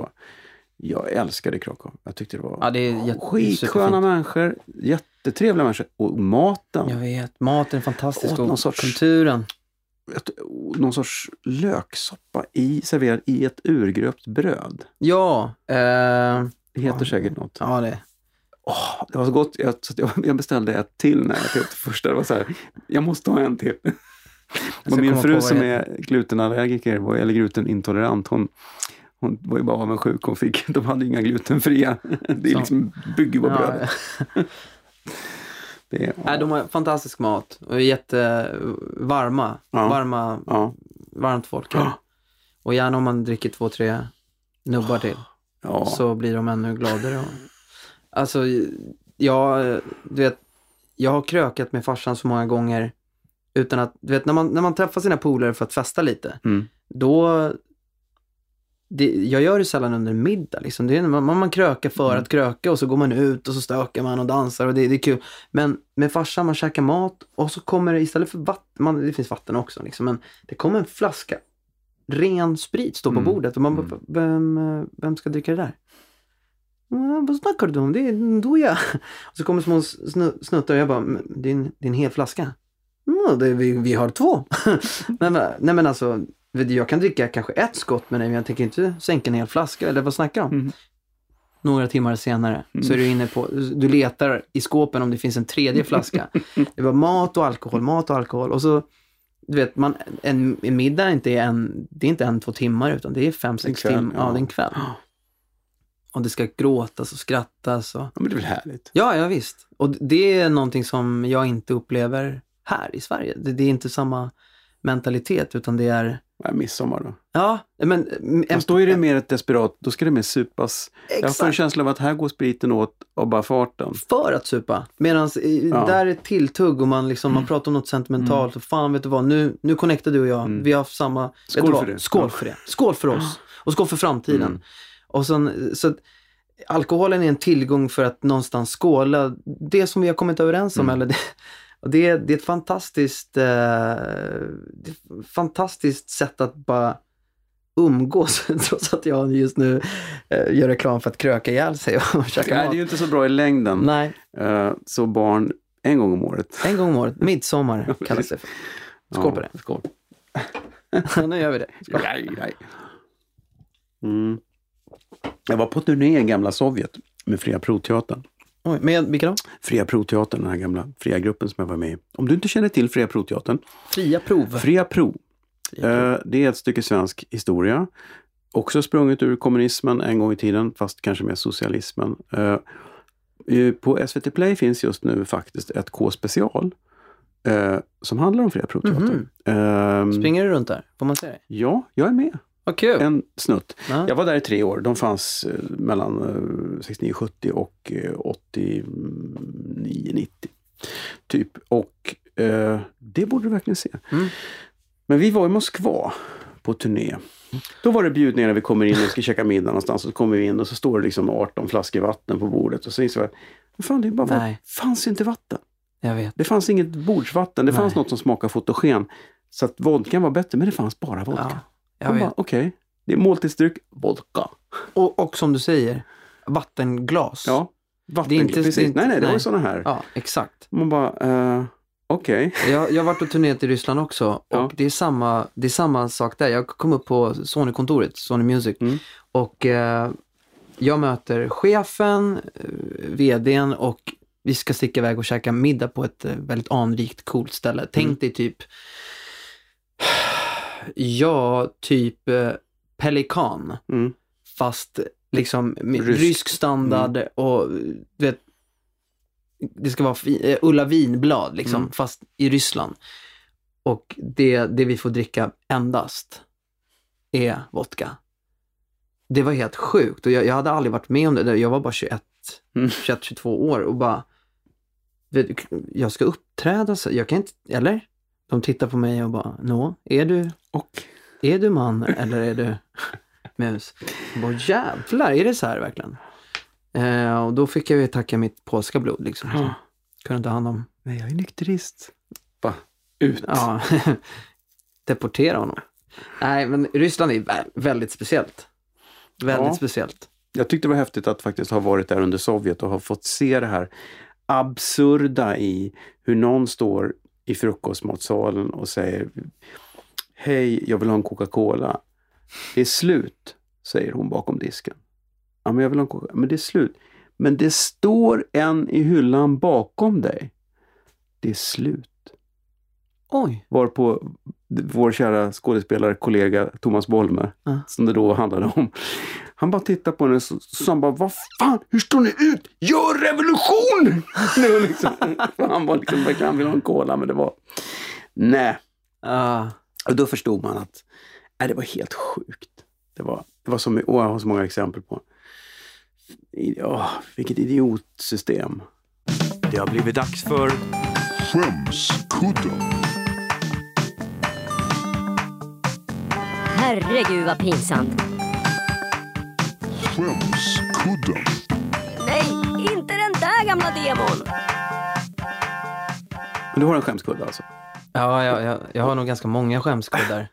Jag älskade Krakow. Jag tyckte det var skitsköna människor, jättetrevliga människor och maten. Jag vet, maten är fantastisk och kulturen. Någon sorts löksoppa serverad i ett urgröpt bröd. Ja. Det heter säkert något. Ja, det var så gott. Jag beställde ett till när jag köpte första. Det var så här, jag måste ha en till. Och min fru som är glutenallergiker eller glutenintolerant, hon var ju bara avundsjuk. De hade inga glutenfria. Det är liksom bygger på brödet. De har fantastisk mat och jättevarma. Varmt folk. Och gärna om man dricker 2-3 nubbar till. Så blir de ännu gladare. Alltså, du vet, jag har krökat med farsan så många gånger utan att, du vet, när man träffar sina polare för att festa lite, då jag gör det sällan under middag. Liksom. Det är, man krökar för att kröka och så går man ut och så stökar man och dansar och det är kul. Men med farsan man käkar mat och så kommer det istället för vatten, det finns vatten också liksom, men det kommer en flaska ren sprit står på bordet och man bara, vem ska dricka det där? Vad snackar du om? Det är då jag. Och så kommer små snuttar och jag bara, det är en hel flaska. Vi har 2. nej men alltså, jag kan dricka kanske 1 skott men jag tänker inte sänka en hel flaska, eller vad snackar de? Några timmar senare så är du inne på, du letar i skåpen om det finns en 3:e flaska. Det var mat och alkohol och så du vet, en middag är inte 1-2 timmar utan det är 5-6 timmar. Ja, det är en kväll. Och det ska gråtas och skrattas. Och... Ja, men det är väl härligt? Ja, visst. Och det är någonting som jag inte upplever här i Sverige. Det är inte samma mentalitet utan det är... midsommar då? Ja, men... Fast då är det mer ett desperat, då ska det mer supas. Exakt. Jag får en känsla av att här går spriten åt av bara farten. För att supa. Medan där är tilltugg och man liksom, man pratar om något sentimentalt och fan vet du vad, nu connectar du och jag. Vi har haft samma... Skål för det. Skål för det. Skål för oss. Och skål för framtiden. Och sen, så alkoholen är en tillgång för att någonstans skåla det som vi har kommit överens om. Eller det är ett fantastiskt sätt att bara umgås trots att jag just nu gör reklam för att kröka ihjäl sig och käka mat. Det är ju inte så bra i längden. Nej. Så barn en gång om året. En gång om året. Midsommar kallas det för. Skål på det. Skål. Nu gör vi det. Skål. Jag var på turné i gamla Sovjet med Fria Pro-teatern. Oj, med vilka då? Fria Pro-teatern, den här gamla fria gruppen som jag var med i. Om du inte känner till Fria Pro-teatern. Fria Pro. Fria Pro. Det är ett stycke svensk historia. Också sprunget ur kommunismen en gång i tiden, fast kanske med socialismen. På SVT Play finns just nu faktiskt ett K-special som handlar om Fria Pro-teatern. Springer du runt där? Får man se det? Ja, jag är med. Kul. En snutt. Ja. Jag var där i 3 år. De fanns mellan 69-70 och 89-90 typ. Och det borde du verkligen se. Men vi var i Moskva på turné. Då var det bjudningar när vi kommer in och ska käka middag någonstans. Och så kommer vi in och så står det liksom 18 flaskor vatten på bordet. Och så inser jag, fan det är bara fanns inte vatten. Jag vet. Det fanns inget bordsvatten. Det fanns något som smakar fotogen. Så att vodkan var bättre, men det fanns bara vodka. Ja. Okej. Det är måltidsdryck, vodka. Och som du säger, vattenglas. Ja, vattenglas. Precis. Nej, det var ju såna här. Ja, exakt. Man bara, okej. Jag har varit och turnerat i Ryssland också. Och det är samma sak där. Jag kom upp på Sony-kontoret, Sony Music. Och jag möter chefen, vdn och vi ska sticka iväg och käka middag på ett väldigt anrikt, coolt ställe. Tänk dig typ Pelikan. Fast liksom rysk standard och du vet, det ska vara Ulla Vinblad liksom, fast i Ryssland. Och det vi får dricka endast är vodka. Det var helt sjukt och jag hade aldrig varit med om det. Jag var bara 21-22 år och bara jag ska uppträda så jag kan inte, eller? De tittar på mig och bara, är du man eller är du mus? Och bara, jävlar, är det så här verkligen? Och då fick jag ju tacka mitt polska blod liksom. Kunde inte hand om. Nej, jag är nykterist. Bara ut. Ja, deportera honom. Nej, men Ryssland är väldigt speciellt. Väldigt speciellt. Jag tyckte det var häftigt att faktiskt ha varit där under Sovjet och ha fått se det här absurda i hur någon står i frukostmatsalen och säger hej, jag vill ha en Coca-Cola. Det är slut, säger hon bakom disken. Ja, men jag vill ha en Coca-Cola. Men det är slut. Men det står en i hyllan bakom dig. Det är slut. Oj. Varpå vår kära skådespelare, kollega Thomas Bolme, som det då handlade om, han bara tittar på henne så han bara, vad fan, hur står ni ut? Gör revolution! Nu liksom, han var liksom, han ville ha en cola, men det var, nej. Och då förstod man att, det var helt sjukt. Det var så mycket, jag har så många exempel på. Vilket idiotsystem. Det har blivit dags för Skämskudden. Herregud vad pinsamt. Skämskudden. Nej, inte den där gamla demon. Men du har en skämskudde alltså? Ja, jag har nog ganska många skämskuddar.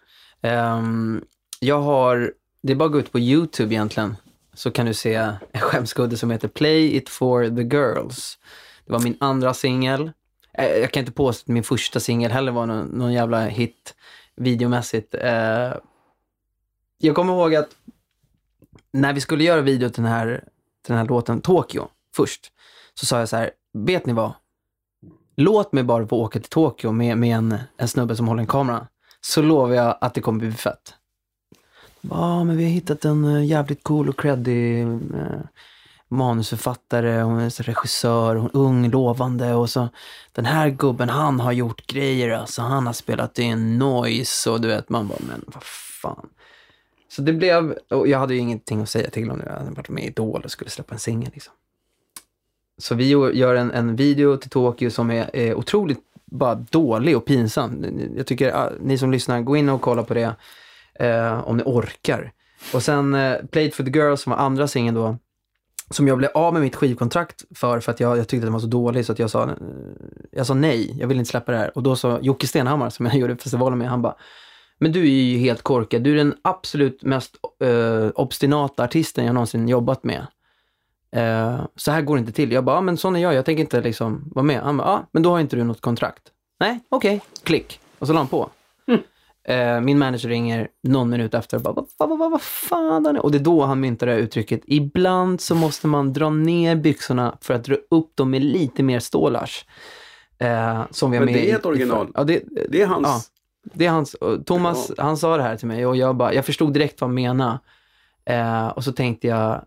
Det är bara att gå ut på YouTube egentligen. Så kan du se en skämskudde som heter Play It For The Girls. Det var min andra singel. Jag kan inte påstå att min första singel heller var någon jävla hit videomässigt. Jag kommer ihåg att när vi skulle göra video till den här låten Tokyo först, så sa jag så här: vet ni vad? Låt mig bara få åka till Tokyo med en snubbe som håller en kamera. Så lovar jag att det kommer bli fett. Ja, men vi har hittat en jävligt cool och creddig manusförfattare, hon är regissör, hon är ung, lovande, och så den här gubben, han har gjort grejer, alltså han har spelat in noise, och du vet, man bara, men vad fan. Så det blev, och jag hade ju ingenting att säga till honom, jag hade varit med i Idol och skulle släppa en singel liksom. Så vi gör en video till Tokyo som är otroligt bara dålig och pinsam. Jag tycker ni som lyssnar, gå in och kolla på det om ni orkar. Och sen Play It For The Girls som var andra singeln då, som jag blev av med mitt skivkontrakt för att jag tyckte att den var så dålig, så att jag sa nej, jag vill inte släppa det här. Och då sa Jocke Stenhammar, som jag gjorde festivalen med, han bara, men du är ju helt korkad, du är den absolut mest obstinata artisten jag någonsin jobbat med. Så här går det inte till. Jag bara, men sån är jag tänker inte liksom vara med. Han bara, men då har inte du något kontrakt. Nej, okej, klick. Och så la han på. Min manager ringer någon minut efter och bara, vad fan? Och det är då han myntar det här uttrycket: ibland så måste man dra ner byxorna för att dra upp dem med lite mer stålars. Som vi har men med det är ett original. Ja, det är hans. Ja, det är hans. Thomas, han sa det här till mig och jag förstod direkt vad han menade. Och så tänkte jag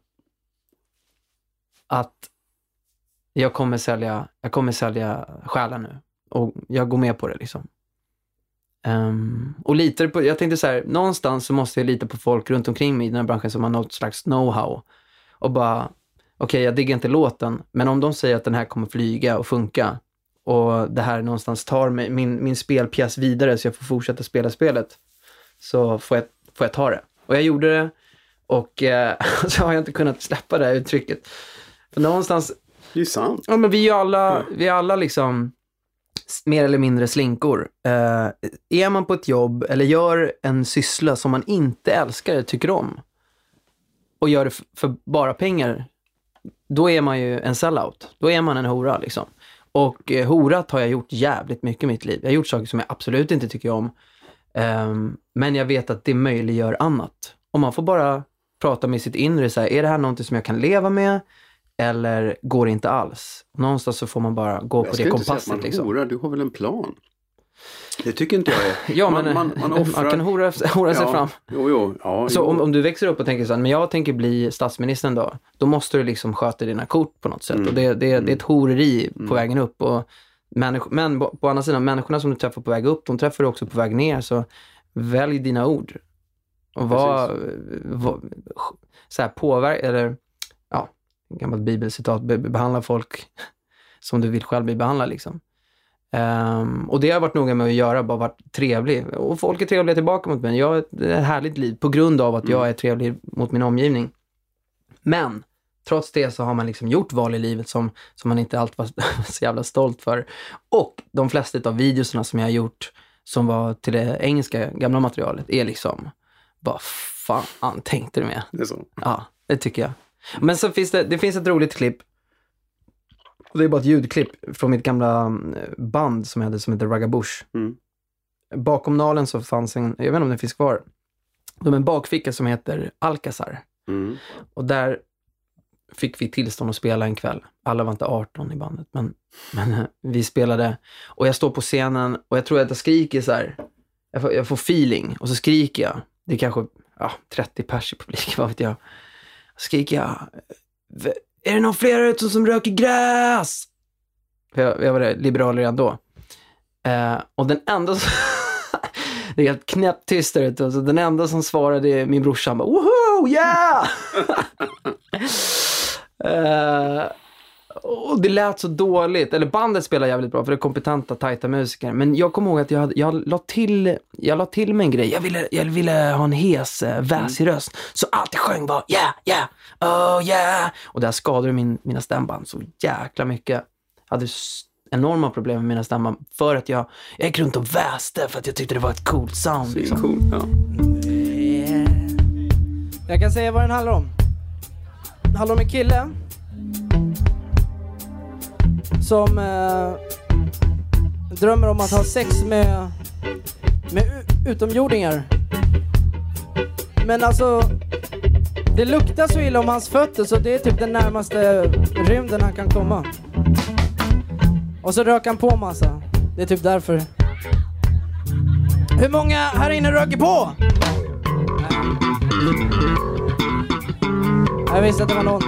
att jag kommer sälja själen nu. Och jag går med på det liksom. Och litar på, jag tänkte så här, någonstans så måste jag lita på folk runt omkring mig i den här branschen som har något slags know-how. Och bara, okej, jag diggar inte låten, men om de säger att den här kommer flyga och funka, och det här någonstans tar mig, min spelpjäs vidare så jag får fortsätta spela spelet, så får jag ta det. Och jag gjorde det, och så har jag inte kunnat släppa det här uttrycket. För någonstans... Det är sant. Ja, men vi är alla liksom mer eller mindre slinkor. Är man på ett jobb eller gör en syssla som man inte älskar eller tycker om, och gör det för bara pengar, då är man ju en sellout. Då är man en hora liksom. Och horat har jag gjort jävligt mycket i mitt liv. Jag har gjort saker som jag absolut inte tycker om. Men jag vet att det möjliggör annat. Och man får bara prata med sitt inre. Så här, är det här någonting som jag kan leva med? Eller går det inte alls? Någonstans så får man bara gå på det kompasset. Liksom. Hora, du har väl en plan? Det tycker inte jag är. Ja, man kan hora sig fram. Jo. Ja, så om du växer upp och tänker så här, men jag tänker bli statsministern då måste du liksom sköta dina kort på något sätt. Och det är ett horeri på vägen upp. Och men på andra sidan, människorna som du träffar på väg upp, de träffar du också på väg ner. Så välj dina ord. Och så här påverka, eller ja, gammalt bibelcitat, behandla folk som du vill själv bli behandlad liksom. Och det har varit noga med att göra, bara varit trevlig. Och folk är trevliga tillbaka mot mig. Jag har ett härligt liv på grund av att jag är trevlig mot min omgivning. Men trots det så har man liksom gjort val i livet som man inte alltid var så jävla stolt för. Och de flesta av videorna som jag har gjort som var till det engelska gamla materialet är liksom, vad fan tänkte du med? Det är så. Ja, det tycker jag. Men så finns det finns ett roligt klipp. Och det är bara ett ljudklipp från mitt gamla band som heter Ragabush. Bakom nalen så fanns jag vet inte om den finns kvar. De är en bakficka som heter Alcazar. Och där fick vi tillstånd att spela en kväll. Alla var inte 18 i bandet, men vi spelade. Och jag står på scenen och jag tror att jag skriker så här. Jag får feeling och så skriker jag. Det är kanske 30 pers i publiken, vad vet jag. Skriker jag, är det någon fler ute som röker gräs? För jag var liberal redan då. Och den enda som det är helt knäppt tyst där ute. Så den enda som svarade är min brorsa. Woho, yeah! Och det lät så dåligt. Eller bandet spelar jävligt bra för det är kompetenta, tajta musiker. Men jag kommer ihåg att jag la till mig en grej. Jag ville ha en hes, väsig röst. Så allt jag sjöng var yeah, oh yeah. Och där skadade mina stämband så jäkla mycket. Jag hade enorma problem med mina stämband. För att jag gick runt och väste för att jag tyckte det var ett coolt sound. Liksom. Cool, ja. Jag kan säga vad den handlar om. Det handlar om en kille som drömmer om att ha sex med utomjordingar. Men alltså, det luktar så illa om hans fötter så det är typ den närmaste rymden han kan komma. Och så röker han på massa. Det är typ därför. Hur många här inne röker på? Jag visste att det var någon.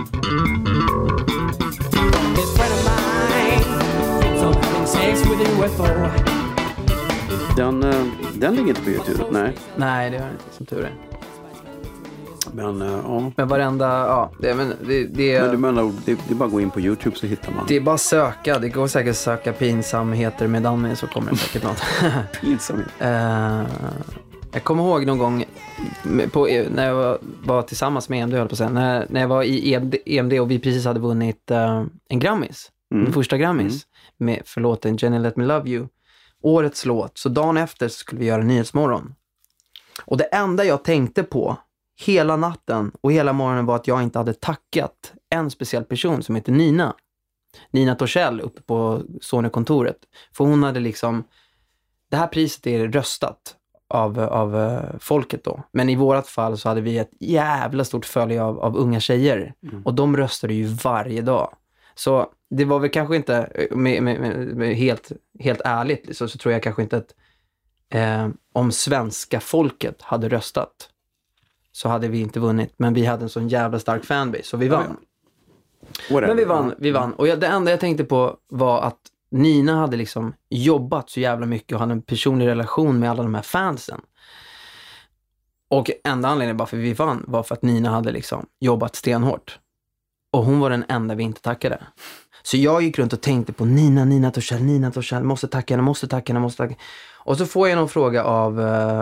Den ligger inte på YouTube, nej. Nej, det har jag inte, som tur är. Men ja. Men varenda, ja, Men du menar, det är bara att gå in på YouTube så hittar man. Det är bara att söka, det går säkert att söka pinsamheter med Danny så kommer det säkert något. Pinsamhet. Jag kommer ihåg någon gång när jag var tillsammans med EMD, höll på att säga, när jag var i EMD och vi precis hade vunnit en Grammis, min första Grammis med förlåten Jenny Let Me Love You, årets låt. Så dagen efter så skulle vi göra Nyhetsmorgon. Och det enda jag tänkte på hela natten och hela morgonen var att jag inte hade tackat en speciell person som heter Nina Torssell uppe på Sony-kontoret. För hon hade liksom, det här priset är röstat av folket då. Men i vårat fall så hade vi ett jävla stort följe av unga tjejer. Och de röstade ju varje dag. Så det var väl kanske inte, med helt ärligt, så tror jag kanske inte att om svenska folket hade röstat så hade vi inte vunnit. Men vi hade en sån jävla stark fanbase, så vi vann. Men vi vann. Och det enda jag tänkte på var att Nina hade liksom jobbat så jävla mycket och hade en personlig relation med alla de här fansen. Och enda anledningen bara för vi vann var för att Nina hade liksom jobbat stenhårt. Och hon var den enda vi inte tackade. Så jag gick runt och tänkte på Nina Torssell, måste tacka henne. Och så får jag någon fråga av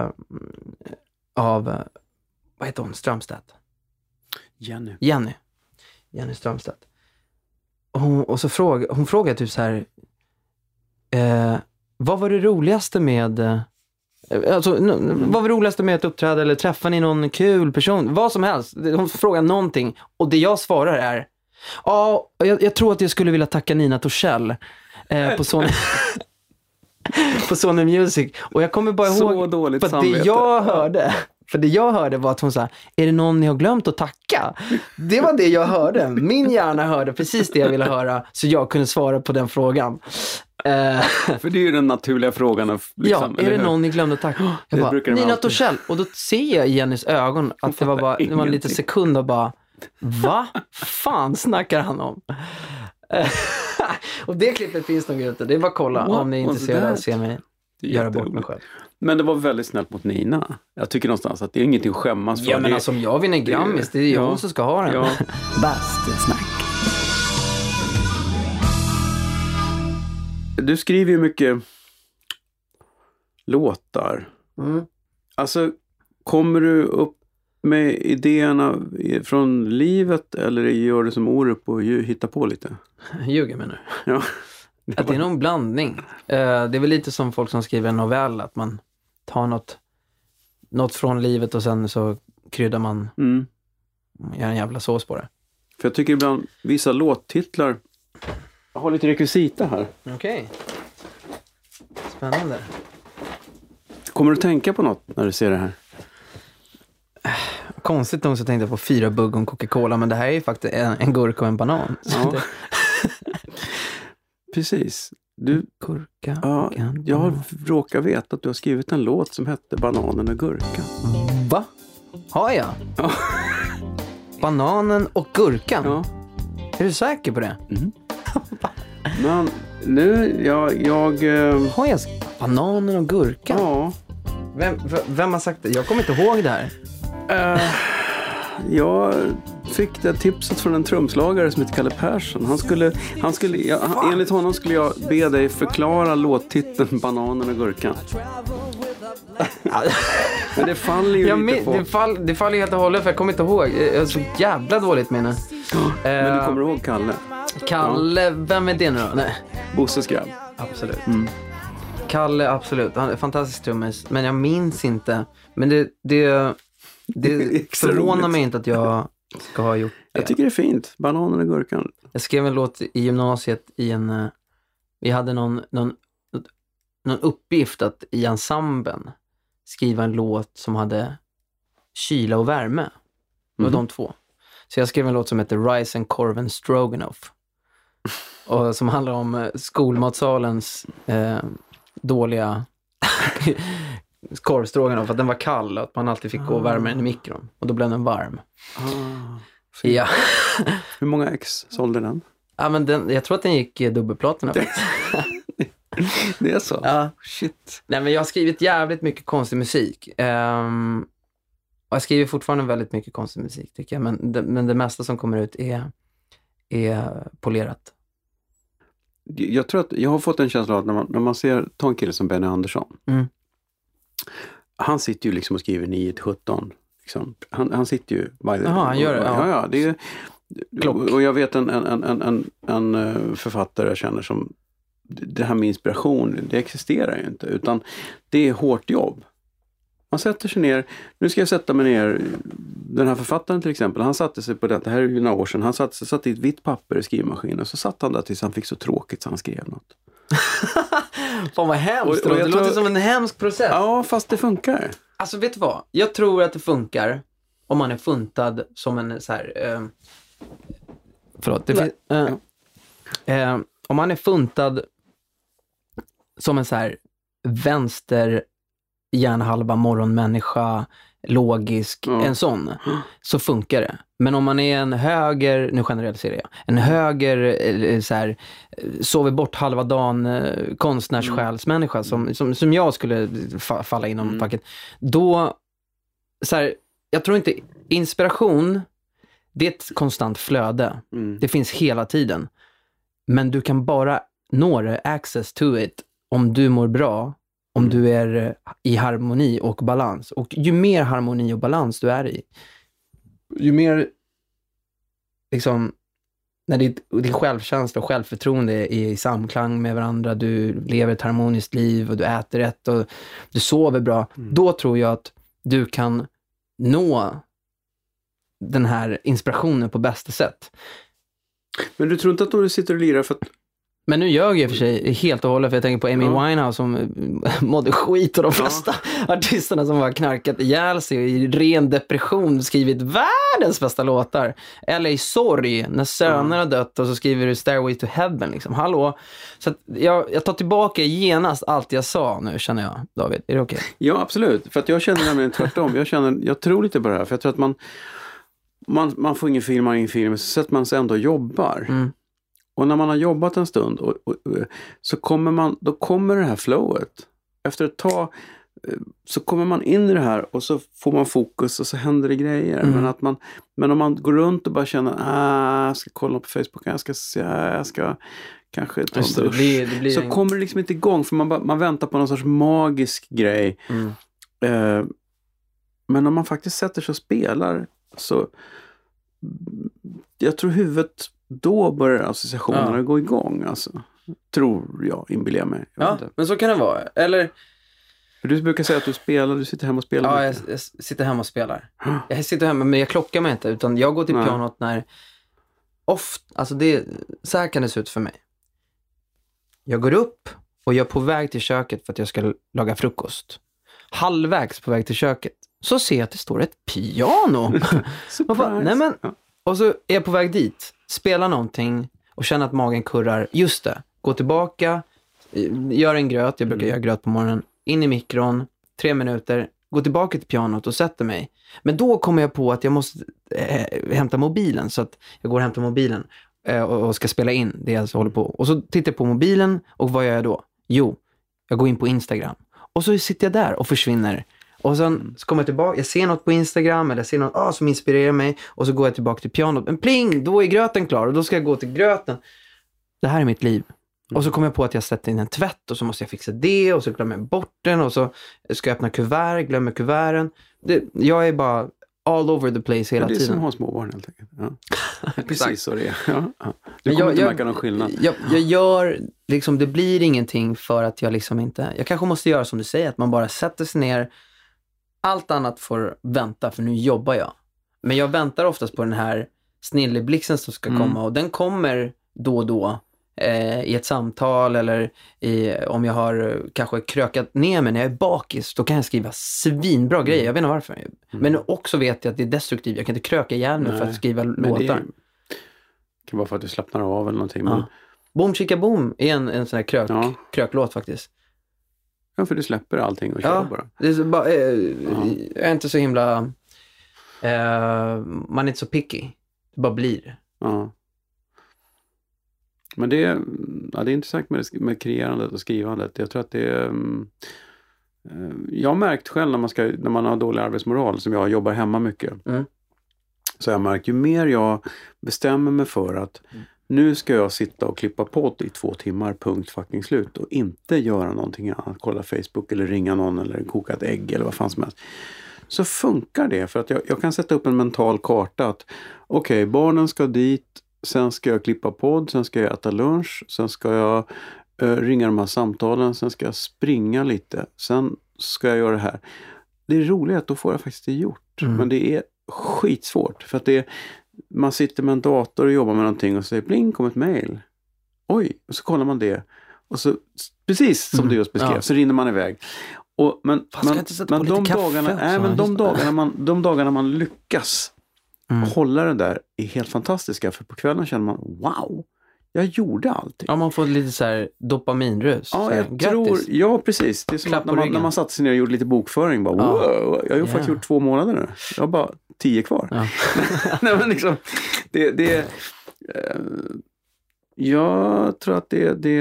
vad heter hon? Strömstedt. Jenny Strömstedt. Och så hon frågade typ så här, vad var det roligaste med vad var det roligaste med att uppträda, eller träffa ni någon kul person, vad som helst. Hon frågar någonting och det jag svarar är jag tror att jag skulle vilja tacka Nina Torssell på Sony på Sony Music. Och jag kommer bara ihåg dåligt för samvete. Det jag hörde var att hon sa, är det någon ni har glömt att tacka? Det var det jag hörde. Min hjärna hörde precis det jag ville höra, så jag kunde svara på den frågan. För det är ju den naturliga frågan. Liksom, är det någon ni glömde att tacka? Jag bara, Nina Torssell. Och då ser jag i Jennys ögon att det var en liten sekund och bara, va? Fan snackar han om? Och det klippet finns nog ute. Det är bara att kolla om ni är intresserade av att se mig göra bort mig själv. Men det var väldigt snällt mot Nina. Jag tycker någonstans att det är ingenting att skämmas för. Ja, men alltså om jag vinner Grammis, det är ju hon som ska ha den. Ja. Bastusnack. Du skriver ju mycket låtar. Alltså, kommer du upp med idéerna från livet eller gör du som Orup och hittar på lite? Ljuger menar du? Ja. Att det är nog en blandning. Det är väl lite som folk som skriver en novell, att man tar något från livet och sen så kryddar man gör en jävla sås på det. För jag tycker ibland vissa låttitlar, jag har lite rekvisita här. Okej. Spännande. Kommer du tänka på något när du ser det här? Konstigt nog så tänkte jag på 4 bugg om Coca-Cola, men det här är ju faktiskt en gurka och en banan. Ja. Precis. Gurka. Ja, jag har råkat veta att du har skrivit en låt som hette Bananen och gurkan. Va? Har jag? Ja. Bananen och gurkan? Ja. Är du säker på det? Men nu, jag... Har jag bananen och gurkan? Ja. Vem har sagt det? Jag kommer inte ihåg det här. Jag fick det tipset från en trumslagare som heter Kalle Persson. Enligt honom skulle jag be dig förklara låttiteln Bananen och gurkan. Men det faller ju lite på. Det faller helt och hållet, för jag kommer inte ihåg. Jag har så jävla dåligt minne. Men du kommer ihåg Kalle? Kalle, vem är det nu då? Nej. Bosses grabb. Absolut. Kalle, absolut. Han är fantastisk trummis. Men jag minns inte. Men det förvånar mig inte att jag ska ha gjort det. Jag tycker det är fint. Bananen och gurkan. Jag skrev en låt i gymnasiet i en... Vi hade någon uppgift att i ensemblen skriva en låt som hade kyla och värme. Det var de två. Så jag skrev en låt som heter Rice and Corven Stroganoff. Och som handlar om skolmatsalens dåliga korvstroganoff. Att den var kall och att man alltid fick gå och värma den i mikron. Och då blev den varm. Ja. Hur många ex sålde den? Ja, men jag tror att den gick dubbelplatina faktiskt. Det är så? Ja. Shit. Nej, men jag har skrivit jävligt mycket konstig musik. Och jag skriver fortfarande väldigt mycket konstig musik, tycker jag. Men det mesta som kommer ut är polerat. Jag tror att jag har fått en känsla av att när man ser en kille som Benny Andersson. Han sitter ju liksom och skriver 9-17. Liksom. Han sitter ju... Han gör det? Ja, det är... Och jag vet en författare jag känner som... Det här med inspiration, det existerar ju inte. Utan det är hårt jobb. Man sätter sig ner. Nu ska jag sätta mig ner. Den här författaren till exempel, han satte sig på det här är ju några år sedan. Han satte i ett vitt papper i skrivmaskinen. Och så satt han där tills han fick så tråkigt så han skrev något. Fan vad hemskt. Det låter som en hemsk process. Ja, fast det funkar. Alltså vet du vad? Jag tror att det funkar om man är funtad som en så här... om man är funtad som en så här vänster hjärnhalva morgonmänniska, logisk, en sån, så funkar det. Men om man är en höger, nu generaliserar jag, en höger så här, sover bort halva dagen konstnärssjälsmänniska som jag skulle falla inom facket, då så här, jag tror inte inspiration, det är ett konstant flöde. Det finns hela tiden. Men du kan bara nå access to it om du mår bra, om du är i harmoni och balans. Och ju mer harmoni och balans du är i, ju mer liksom, när din självkänsla och självförtroende är i samklang med varandra, du lever ett harmoniskt liv och du äter rätt och du sover bra, då tror jag att du kan nå den här inspirationen på bästa sätt. Men du tror inte att du sitter och lirar för att... Men nu gör jag för sig helt och hållet, för jag tänker på Amy Winehouse som mådde skit, och de flesta artisterna som var knarkat ihjäl sig och i ren depression skrivit världens bästa låtar. Eller i sorg när söner har dött och så skriver du Stairway to Heaven liksom. Hallå. Så att jag tar tillbaka genast allt jag sa nu, känner jag, David. Är det okej? Ja, absolut. För att jag känner nämligen tvärtom. Jag tror lite på det här. För jag tror att man får ingen film, så sätter man sig ändå och jobbar. Och när man har jobbat en stund så kommer det här flowet. Efter ett tag så kommer man in i det här och så får man fokus och så händer det grejer. Men om man går runt och bara känner jag ska kolla på Facebook, jag ska kanske ta en dusch. Så kommer det liksom inte igång, för man väntar på någon sorts magisk grej. Men om man faktiskt sätter sig och spelar, så jag tror huvudet, då börjar associationerna gå igång, alltså. Tror jag, inbillar mig. Men så kan det vara. Eller... För du brukar säga att du sitter hemma och spelar. Ja, jag sitter hemma och spelar. Jag sitter hemma, men jag klockar mig inte, utan jag går till pianot när alltså så här kan det se ut för mig. Jag går upp och jag är på väg till köket för att jag ska laga frukost. Halvvägs på väg till köket så ser jag att det står ett piano. Och så är jag på väg dit, spelar någonting och känner att magen kurrar. Just det, gå tillbaka, gör en gröt, jag brukar göra gröt på morgonen, in i mikron, 3 minuter, gå tillbaka till pianot och sätter mig. Men då kommer jag på att jag måste hämta mobilen, så att jag går och hämtar mobilen och ska spela in det jag håller på. Och så tittar jag på mobilen, och vad gör jag då? Jo, jag går in på Instagram. Och så sitter jag där och försvinner. Och sen så kommer jag tillbaka, jag ser något på Instagram eller jag ser något som inspirerar mig och så går jag tillbaka till pianot. Men pling, då är gröten klar och då ska jag gå till gröten. Det här är mitt liv. Och så kommer jag på att jag sätter in en tvätt och så måste jag fixa det och så glömmer jag bort den och så ska jag öppna kuvert, glömmer kuverten. Jag är bara all over the place hela tiden. Det är som att ha småbarn helt enkelt. Ja. Precis så det är. Ja. Du kommer inte märka någon skillnad. Jag gör, liksom, det blir ingenting för att jag liksom inte... Jag kanske måste göra som du säger, att man bara sätter sig ner. Allt annat får vänta, för nu jobbar jag. Men jag väntar oftast på den här snilleblixten som ska komma. Och den kommer då och då i ett samtal eller om jag har kanske krökat ner mig när jag är bakis. Då kan jag skriva svinbra grejer. Jag vet inte varför. Men också vet jag att det är destruktivt. Jag kan inte kröka ihjäl mig för att skriva låtar. Det kan vara för att du slappnar av eller någonting. Men... Boom Chicka Boom är en sån här kröklåt faktiskt. Ja, för du släpper allting och kör bara. Det är så bara, jag är inte så himla... man är inte så picky. Det bara blir. Ja. Men det är intressant med kreerandet och skrivandet. Jag tror att det är... jag har märkt själv när man har dålig arbetsmoral, som jag jobbar hemma mycket. Så jag har märkt, ju mer jag bestämmer mig för att nu ska jag sitta och klippa podd i 2 timmar, punkt fucking slut, och inte göra någonting annat, kolla Facebook eller ringa någon eller koka ett ägg eller vad fan som helst. Så funkar det, för att jag kan sätta upp en mental karta att okej, barnen ska dit, sen ska jag klippa podd, sen ska jag äta lunch, sen ska jag ringa de här samtalen, sen ska jag springa lite, sen ska jag göra det här. Det är roligt att då får jag faktiskt det gjort. Men det är skitsvårt, för att man sitter med en dator och jobbar med någonting och säger bling, kom ett mejl. Oj, och så kollar man det. Och så, precis som du just beskrev, så rinner man iväg. Men de dagarna man lyckas hålla det där är helt fantastiska. För på kvällen känner man, wow, jag gjorde allting. Ja, man får lite så här dopaminrus. Ja, ja, precis. Det är som att när man satte sig ner och gjorde lite bokföring. Bara, wow, jag har faktiskt gjort 2 månader nu. Jag har bara 10 kvar. Ja. Nej, men liksom, jag tror att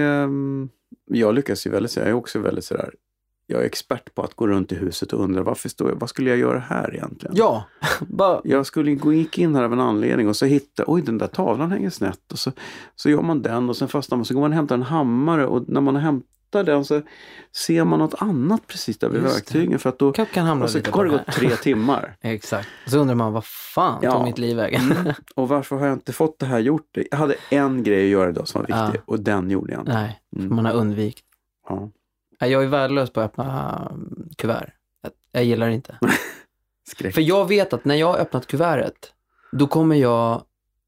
jag lyckas ju väldigt, jag är också väldigt sådär, jag är expert på att gå runt i huset och undra vad skulle jag göra här egentligen? Ja. Jag gick in här av en anledning och så hittade, den där tavlan hänger snett, och så gör man den och sen fastnar man, så går man och hämtar en hammare, och när man hämtar den så ser man något annat precis där vid verktygen, för att då kan hamna och så har det gått 3 timmar. Exakt. Så undrar man, vad fan tog mitt liv vägen? Och varför har jag inte fått det här gjort? Jag hade en grej att göra idag som var viktig, och den gjorde jag inte. Nej, man har undvikit. Ja. Jag är värdelös på att öppna kuvert. Jag gillar det inte. Skräck. För jag vet att när jag har öppnat kuvertet, då kommer jag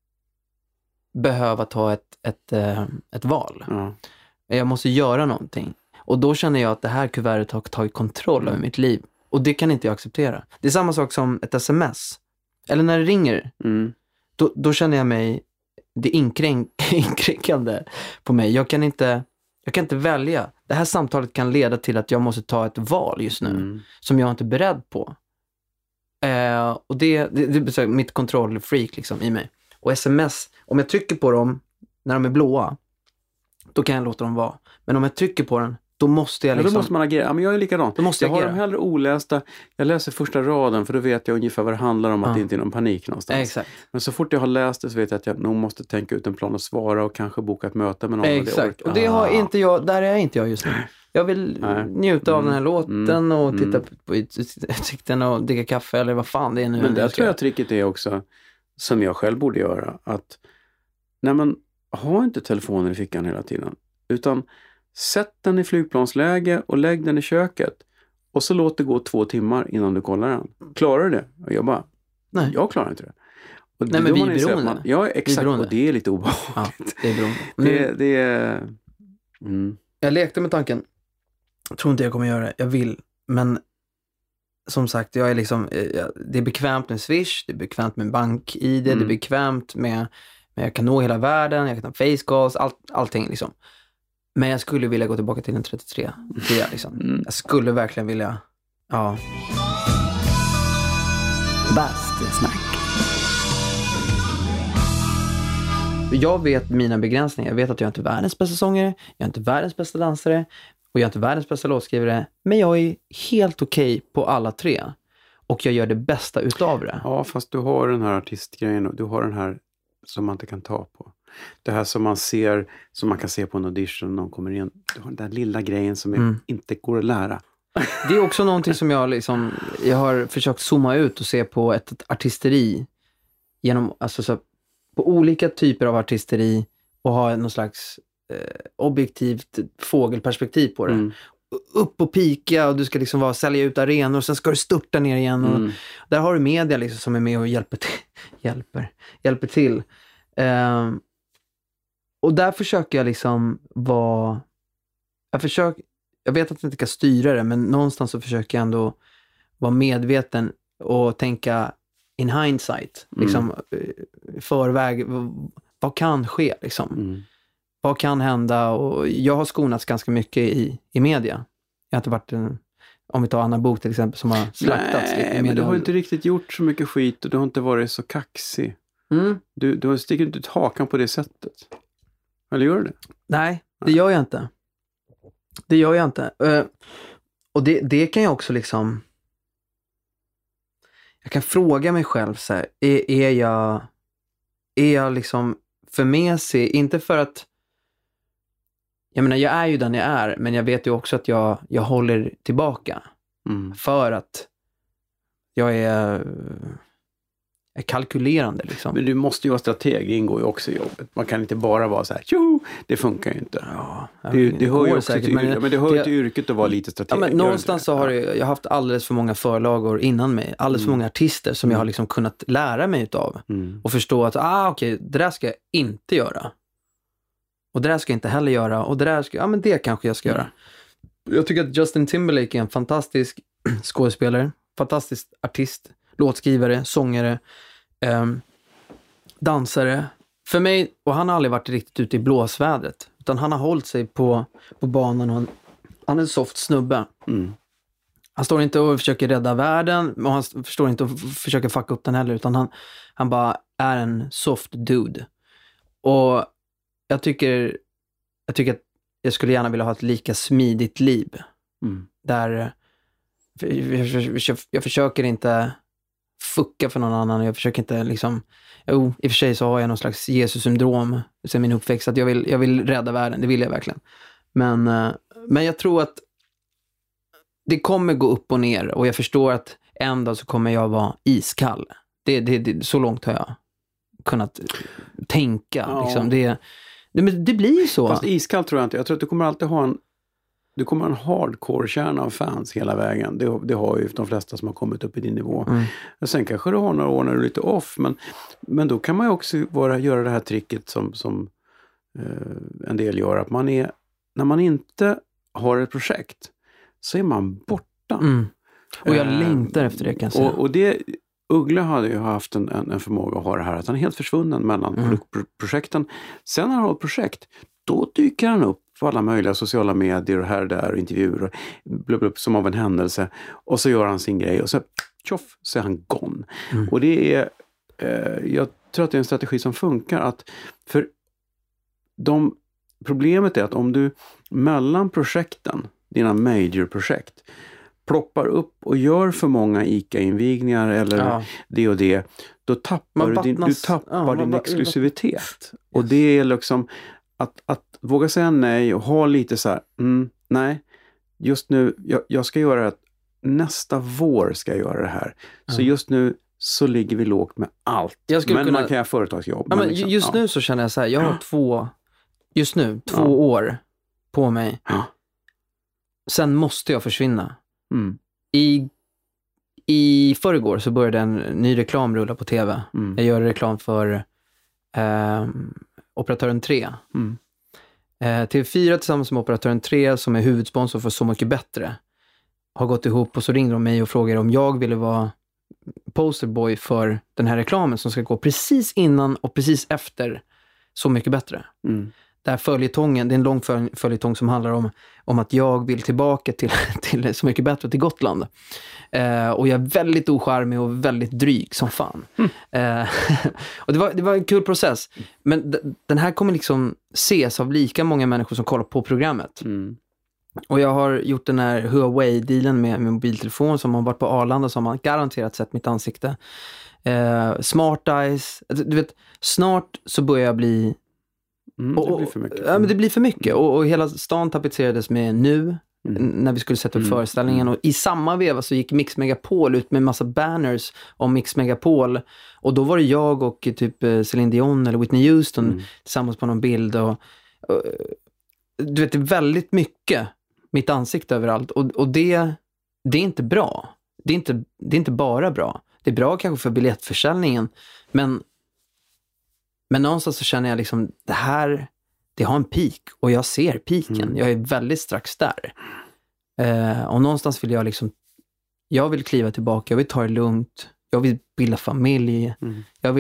behöva ta ett val. Ja. Jag måste göra någonting. Och då känner jag att det här kuvertet har tagit kontroll över mitt liv. Och det kan inte jag acceptera. Det är samma sak som ett sms. Eller när det ringer. Då känner jag mig... Det är inkränkande på mig. Jag kan inte välja. Det här samtalet kan leda till att jag måste ta ett val just nu. Som jag inte är beredd på. Och det är mitt kontrollfreak liksom i mig. Och sms, om jag trycker på dem när de är blåa, då kan jag låta dem vara. Men om jag trycker på den, då måste jag liksom... då måste man agera. Ja, men jag är likadan. Jag har dem hellre olästa. Jag läser första raden, för då vet jag ungefär vad det handlar om, att det inte är någon panik någonstans. Exakt. Men så fort jag har läst det så vet jag att jag nog måste tänka ut en plan och svara och kanske boka ett möte med någon. Exakt. Och det har inte jag, där är inte jag just nu. Jag vill njuta av den här låten och titta på utsikten och dricka kaffe eller vad fan det är nu. Men där tror jag tricket är också, som jag själv borde göra, att ha inte telefonen i fickan hela tiden, utan sätt den i flygplansläge och lägg den i köket. Och så låt det gå 2 timmar innan du kollar den. Klarar du det? Och jag bara, nej, jag klarar inte det. Och nej, men vi är beroende. Ja, exakt. Och det är lite obehagligt. Ja, det är beroende. Jag lekte med tanken. Jag tror inte jag kommer göra det. Jag vill. Men som sagt, jag är liksom, det är bekvämt med Swish. Det är bekvämt med bank-ID. Det är bekvämt med jag kan nå hela världen. Jag kan ta Facecalls. Allting liksom. Men jag skulle vilja gå tillbaka till en 33. Det liksom. Jag skulle verkligen vilja. Ja. Bastusnack. Jag vet mina begränsningar. Jag vet att jag är inte världens bästa sångare. Jag är inte världens bästa dansare. Och jag är inte världens bästa låtskrivare, men jag är helt okej på alla 3. Och jag gör det bästa utav det. Ja, fast du har den här artistgrejen och du har den här som man inte kan ta på. Det här som man kan se på en audition när någon kommer in. Du har den där lilla grejen som inte går att lära. Det är också någonting som jag har försökt zooma ut och se på ett artisteri genom, alltså så på olika typer av artisteri och ha någon slags objektivt fågelperspektiv på det. Upp och pika och du ska liksom sälja ut arenor och sen ska du störta ner igen. Och där har du media liksom som är med och hjälper till. Och där försöker jag liksom jag vet att jag inte kan styra det, men någonstans så försöker jag ändå vara medveten och tänka in hindsight. Liksom, förväg, vad kan ske liksom? Vad kan hända? Och jag har skonats ganska mycket i media. Jag har inte varit om vi tar Anna Bok till exempel som har slaktats. Nej, men du har inte riktigt gjort så mycket skit och du har inte varit så kaxig. Du har sticker inte ut hakan på det sättet. Eller gör du det? Nej, det gör jag inte. Det gör jag inte. Och det kan jag också liksom... Jag kan fråga mig själv så här, är jag liksom för mesig? Inte för att... Jag menar, jag är ju den jag är, men jag vet ju också att jag håller tillbaka. För att jag är kalkylerande liksom. Men du måste ju vara strateg, det ingår ju också i jobbet. Man kan inte bara vara så här, tjo, det funkar ju inte. Ja, det hör ju också säkert, men det hör ju till yrket att vara lite strateg. Ja, men någonstans så har jag haft alldeles för många förlagor innan mig. Alldeles för många artister som jag har liksom kunnat lära mig utav. Och förstå att, okej, det där ska jag inte göra. Och det där ska jag inte heller göra. Och det där men det kanske jag ska göra. Jag tycker att Justin Timberlake är en fantastisk skådespelare. Fantastisk artist. Låtskrivare, sångare, dansare. För mig, och han har aldrig varit riktigt ute i blåsvädret. Utan han har hållit sig på banan och han är en soft snubbe. Han står inte och försöker rädda världen och han förstår inte och försöker fucka upp den heller. Utan han bara är en soft dude. Och jag tycker att jag skulle gärna vilja ha ett lika smidigt liv. Där jag försöker inte fucka för någon annan. Jag försöker inte liksom... i och för sig så har jag någon slags Jesus-syndrom sen min uppväxt. Att jag vill rädda världen, det vill jag verkligen. Men jag tror att det kommer gå upp och ner. Och jag förstår att en dag så kommer jag vara iskall. Så långt har jag kunnat tänka. Ja. Liksom. Det blir ju så. Fast iskall tror jag inte. Jag tror att du kommer alltid ha en hardcore-kärna av fans hela vägen. Det har ju de flesta som har kommit upp i din nivå. Och sen kanske du har några år när du är lite off. Men då kan man ju också göra det här tricket som en del gör. Att när man inte har ett projekt så är man borta. Och jag längtar efter det kan jag säga. Och det... Uggla hade ju haft en förmåga att ha det här. Att han är helt försvunnen mellan projekten. Sen när han har ett projekt, då dyker han upp på alla möjliga sociala medier och här och där och intervjuer och blub, som av en händelse. Och så gör han sin grej och så tjoff, så är han gone. Och det är, jag tror att det är en strategi som funkar. För problemet är att om du mellan projekten, dina major-projekt, ploppar upp och gör för många ICA-invigningar eller det och det, då tappar din exklusivitet. Och det är liksom att våga säga nej och ha lite så här, nej, just nu, jag ska göra det, nästa vår ska jag göra det här. Så just nu så ligger vi lågt med allt. Men man kan göra företagsjobb. Ja, men liksom, just nu så känner jag så här, jag har två år på mig. Sen måste jag försvinna. I förrgår så började en ny reklam rulla på tv. Jag gör reklam för Operatören 3. TV4 tillsammans med Operatören 3 som är huvudsponsor för Så mycket bättre har gått ihop och så ringde de mig och frågade om jag ville vara posterboy för den här reklamen som ska gå precis innan och precis efter Så mycket bättre. Där följetongen, det är en lång följetong som handlar om att jag vill tillbaka till Så mycket bättre, till Gotland. Och jag är väldigt ocharmig och väldigt dryg som fan. Och det var en kul process. Men den här kommer liksom ses av lika många människor som kollar på programmet. Och jag har gjort den här Huawei-dealen med mobiltelefon som har varit på Arlanda, som har garanterat sett mitt ansikte. Smart Eyes, du vet, snart så börjar jag bli... det blir för mycket. Ja, men det blir för mycket. Och hela stan tapetserades med nu, när vi skulle sätta upp föreställningen. Och i samma veva så gick Mix Megapol ut med massa banners om Mix Megapol. Och då var det jag och typ Celine Dion eller Whitney Houston tillsammans på någon bild. Och du vet, det är väldigt mycket mitt ansikte överallt. Och det är inte bra. Det är inte bara bra. Det är bra kanske för biljettförsäljningen. Men någonstans så känner jag liksom, det har en peak. Och jag ser peaken. Jag är väldigt strax där. Och någonstans vill jag liksom, jag vill kliva tillbaka. Jag vill ta det lugnt. Jag vill bilda familj. Jag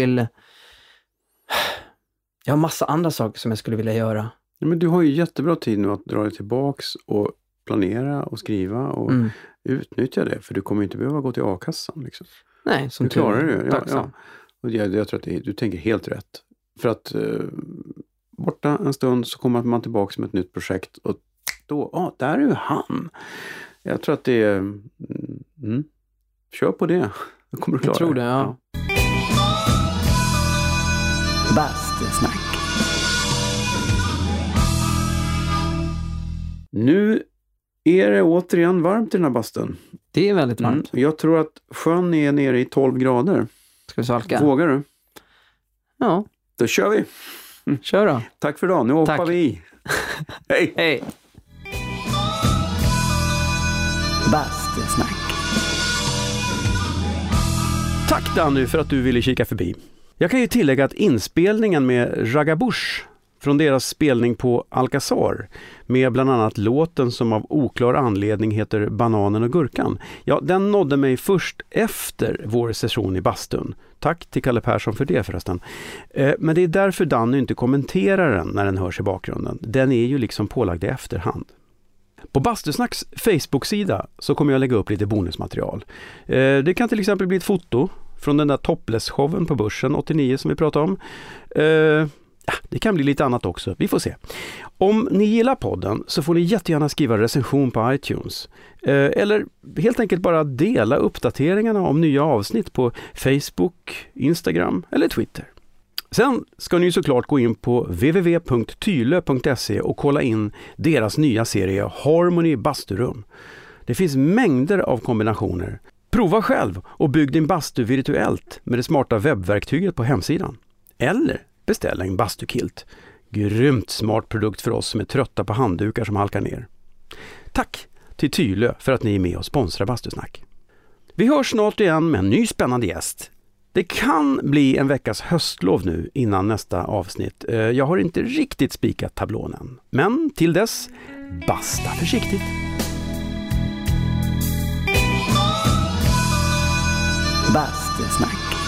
har massa andra saker som jag skulle vilja göra. Ja, men du har ju jättebra tid nu att dra dig tillbaks och planera och skriva och utnyttja det. För du kommer inte behöva gå till a-kassan liksom. Nej, som du klarar det. Ja. Och jag tror att du tänker helt rätt. För att borta en stund så kommer man tillbaka med ett nytt projekt och då, där är ju han. Jag tror att det är kör på det. Då kommer du klara det. Jag tror det, ja. Bastusnack. Nu är det återigen varmt i den här bastun. Det är väldigt varmt. Jag tror att sjön är nere i 12 grader. Ska vi svalka? Vågar du? Ja. Då kör vi. Kör då. Tack för idag. Nu hoppar vi i. Hej! Hej! Bastusnack. Tack Danny för att du ville kika förbi. Jag kan ju tillägga att inspelningen med Ragabush från deras spelning på Alcazar med bland annat låten som av oklar anledning heter Bananen och Gurkan. Ja, den nådde mig först efter vår session i bastun. Tack till Kalle Persson för det förresten. Men det är därför Danny inte kommenterar den när den hörs i bakgrunden. Den är ju liksom pålagd i efterhand. På Bastusnacks Facebook-sida så kommer jag lägga upp lite bonusmaterial. Det kan till exempel bli ett foto från den där topless-showen på Börsen 89 som vi pratade om. Det kan bli lite annat också. Vi får se. Om ni gillar podden så får ni jättegärna skriva recension på iTunes. Eller helt enkelt bara dela uppdateringarna om nya avsnitt på Facebook, Instagram eller Twitter. Sen ska ni såklart gå in på www.tylö.se och kolla in deras nya serie Harmony Basturum. Det finns mängder av kombinationer. Prova själv och bygg din bastu virtuellt med det smarta webbverktyget på hemsidan. Eller beställa en bastukilt. Grymt smart produkt för oss som är trötta på handdukar som halkar ner. Tack till Tylö för att ni är med och sponsrar Bastusnack. Vi hörs snart igen med en ny spännande gäst. Det kan bli en veckas höstlov nu innan nästa avsnitt. Jag har inte riktigt spikat tablån än. Men till dess, basta försiktigt. Bastusnack.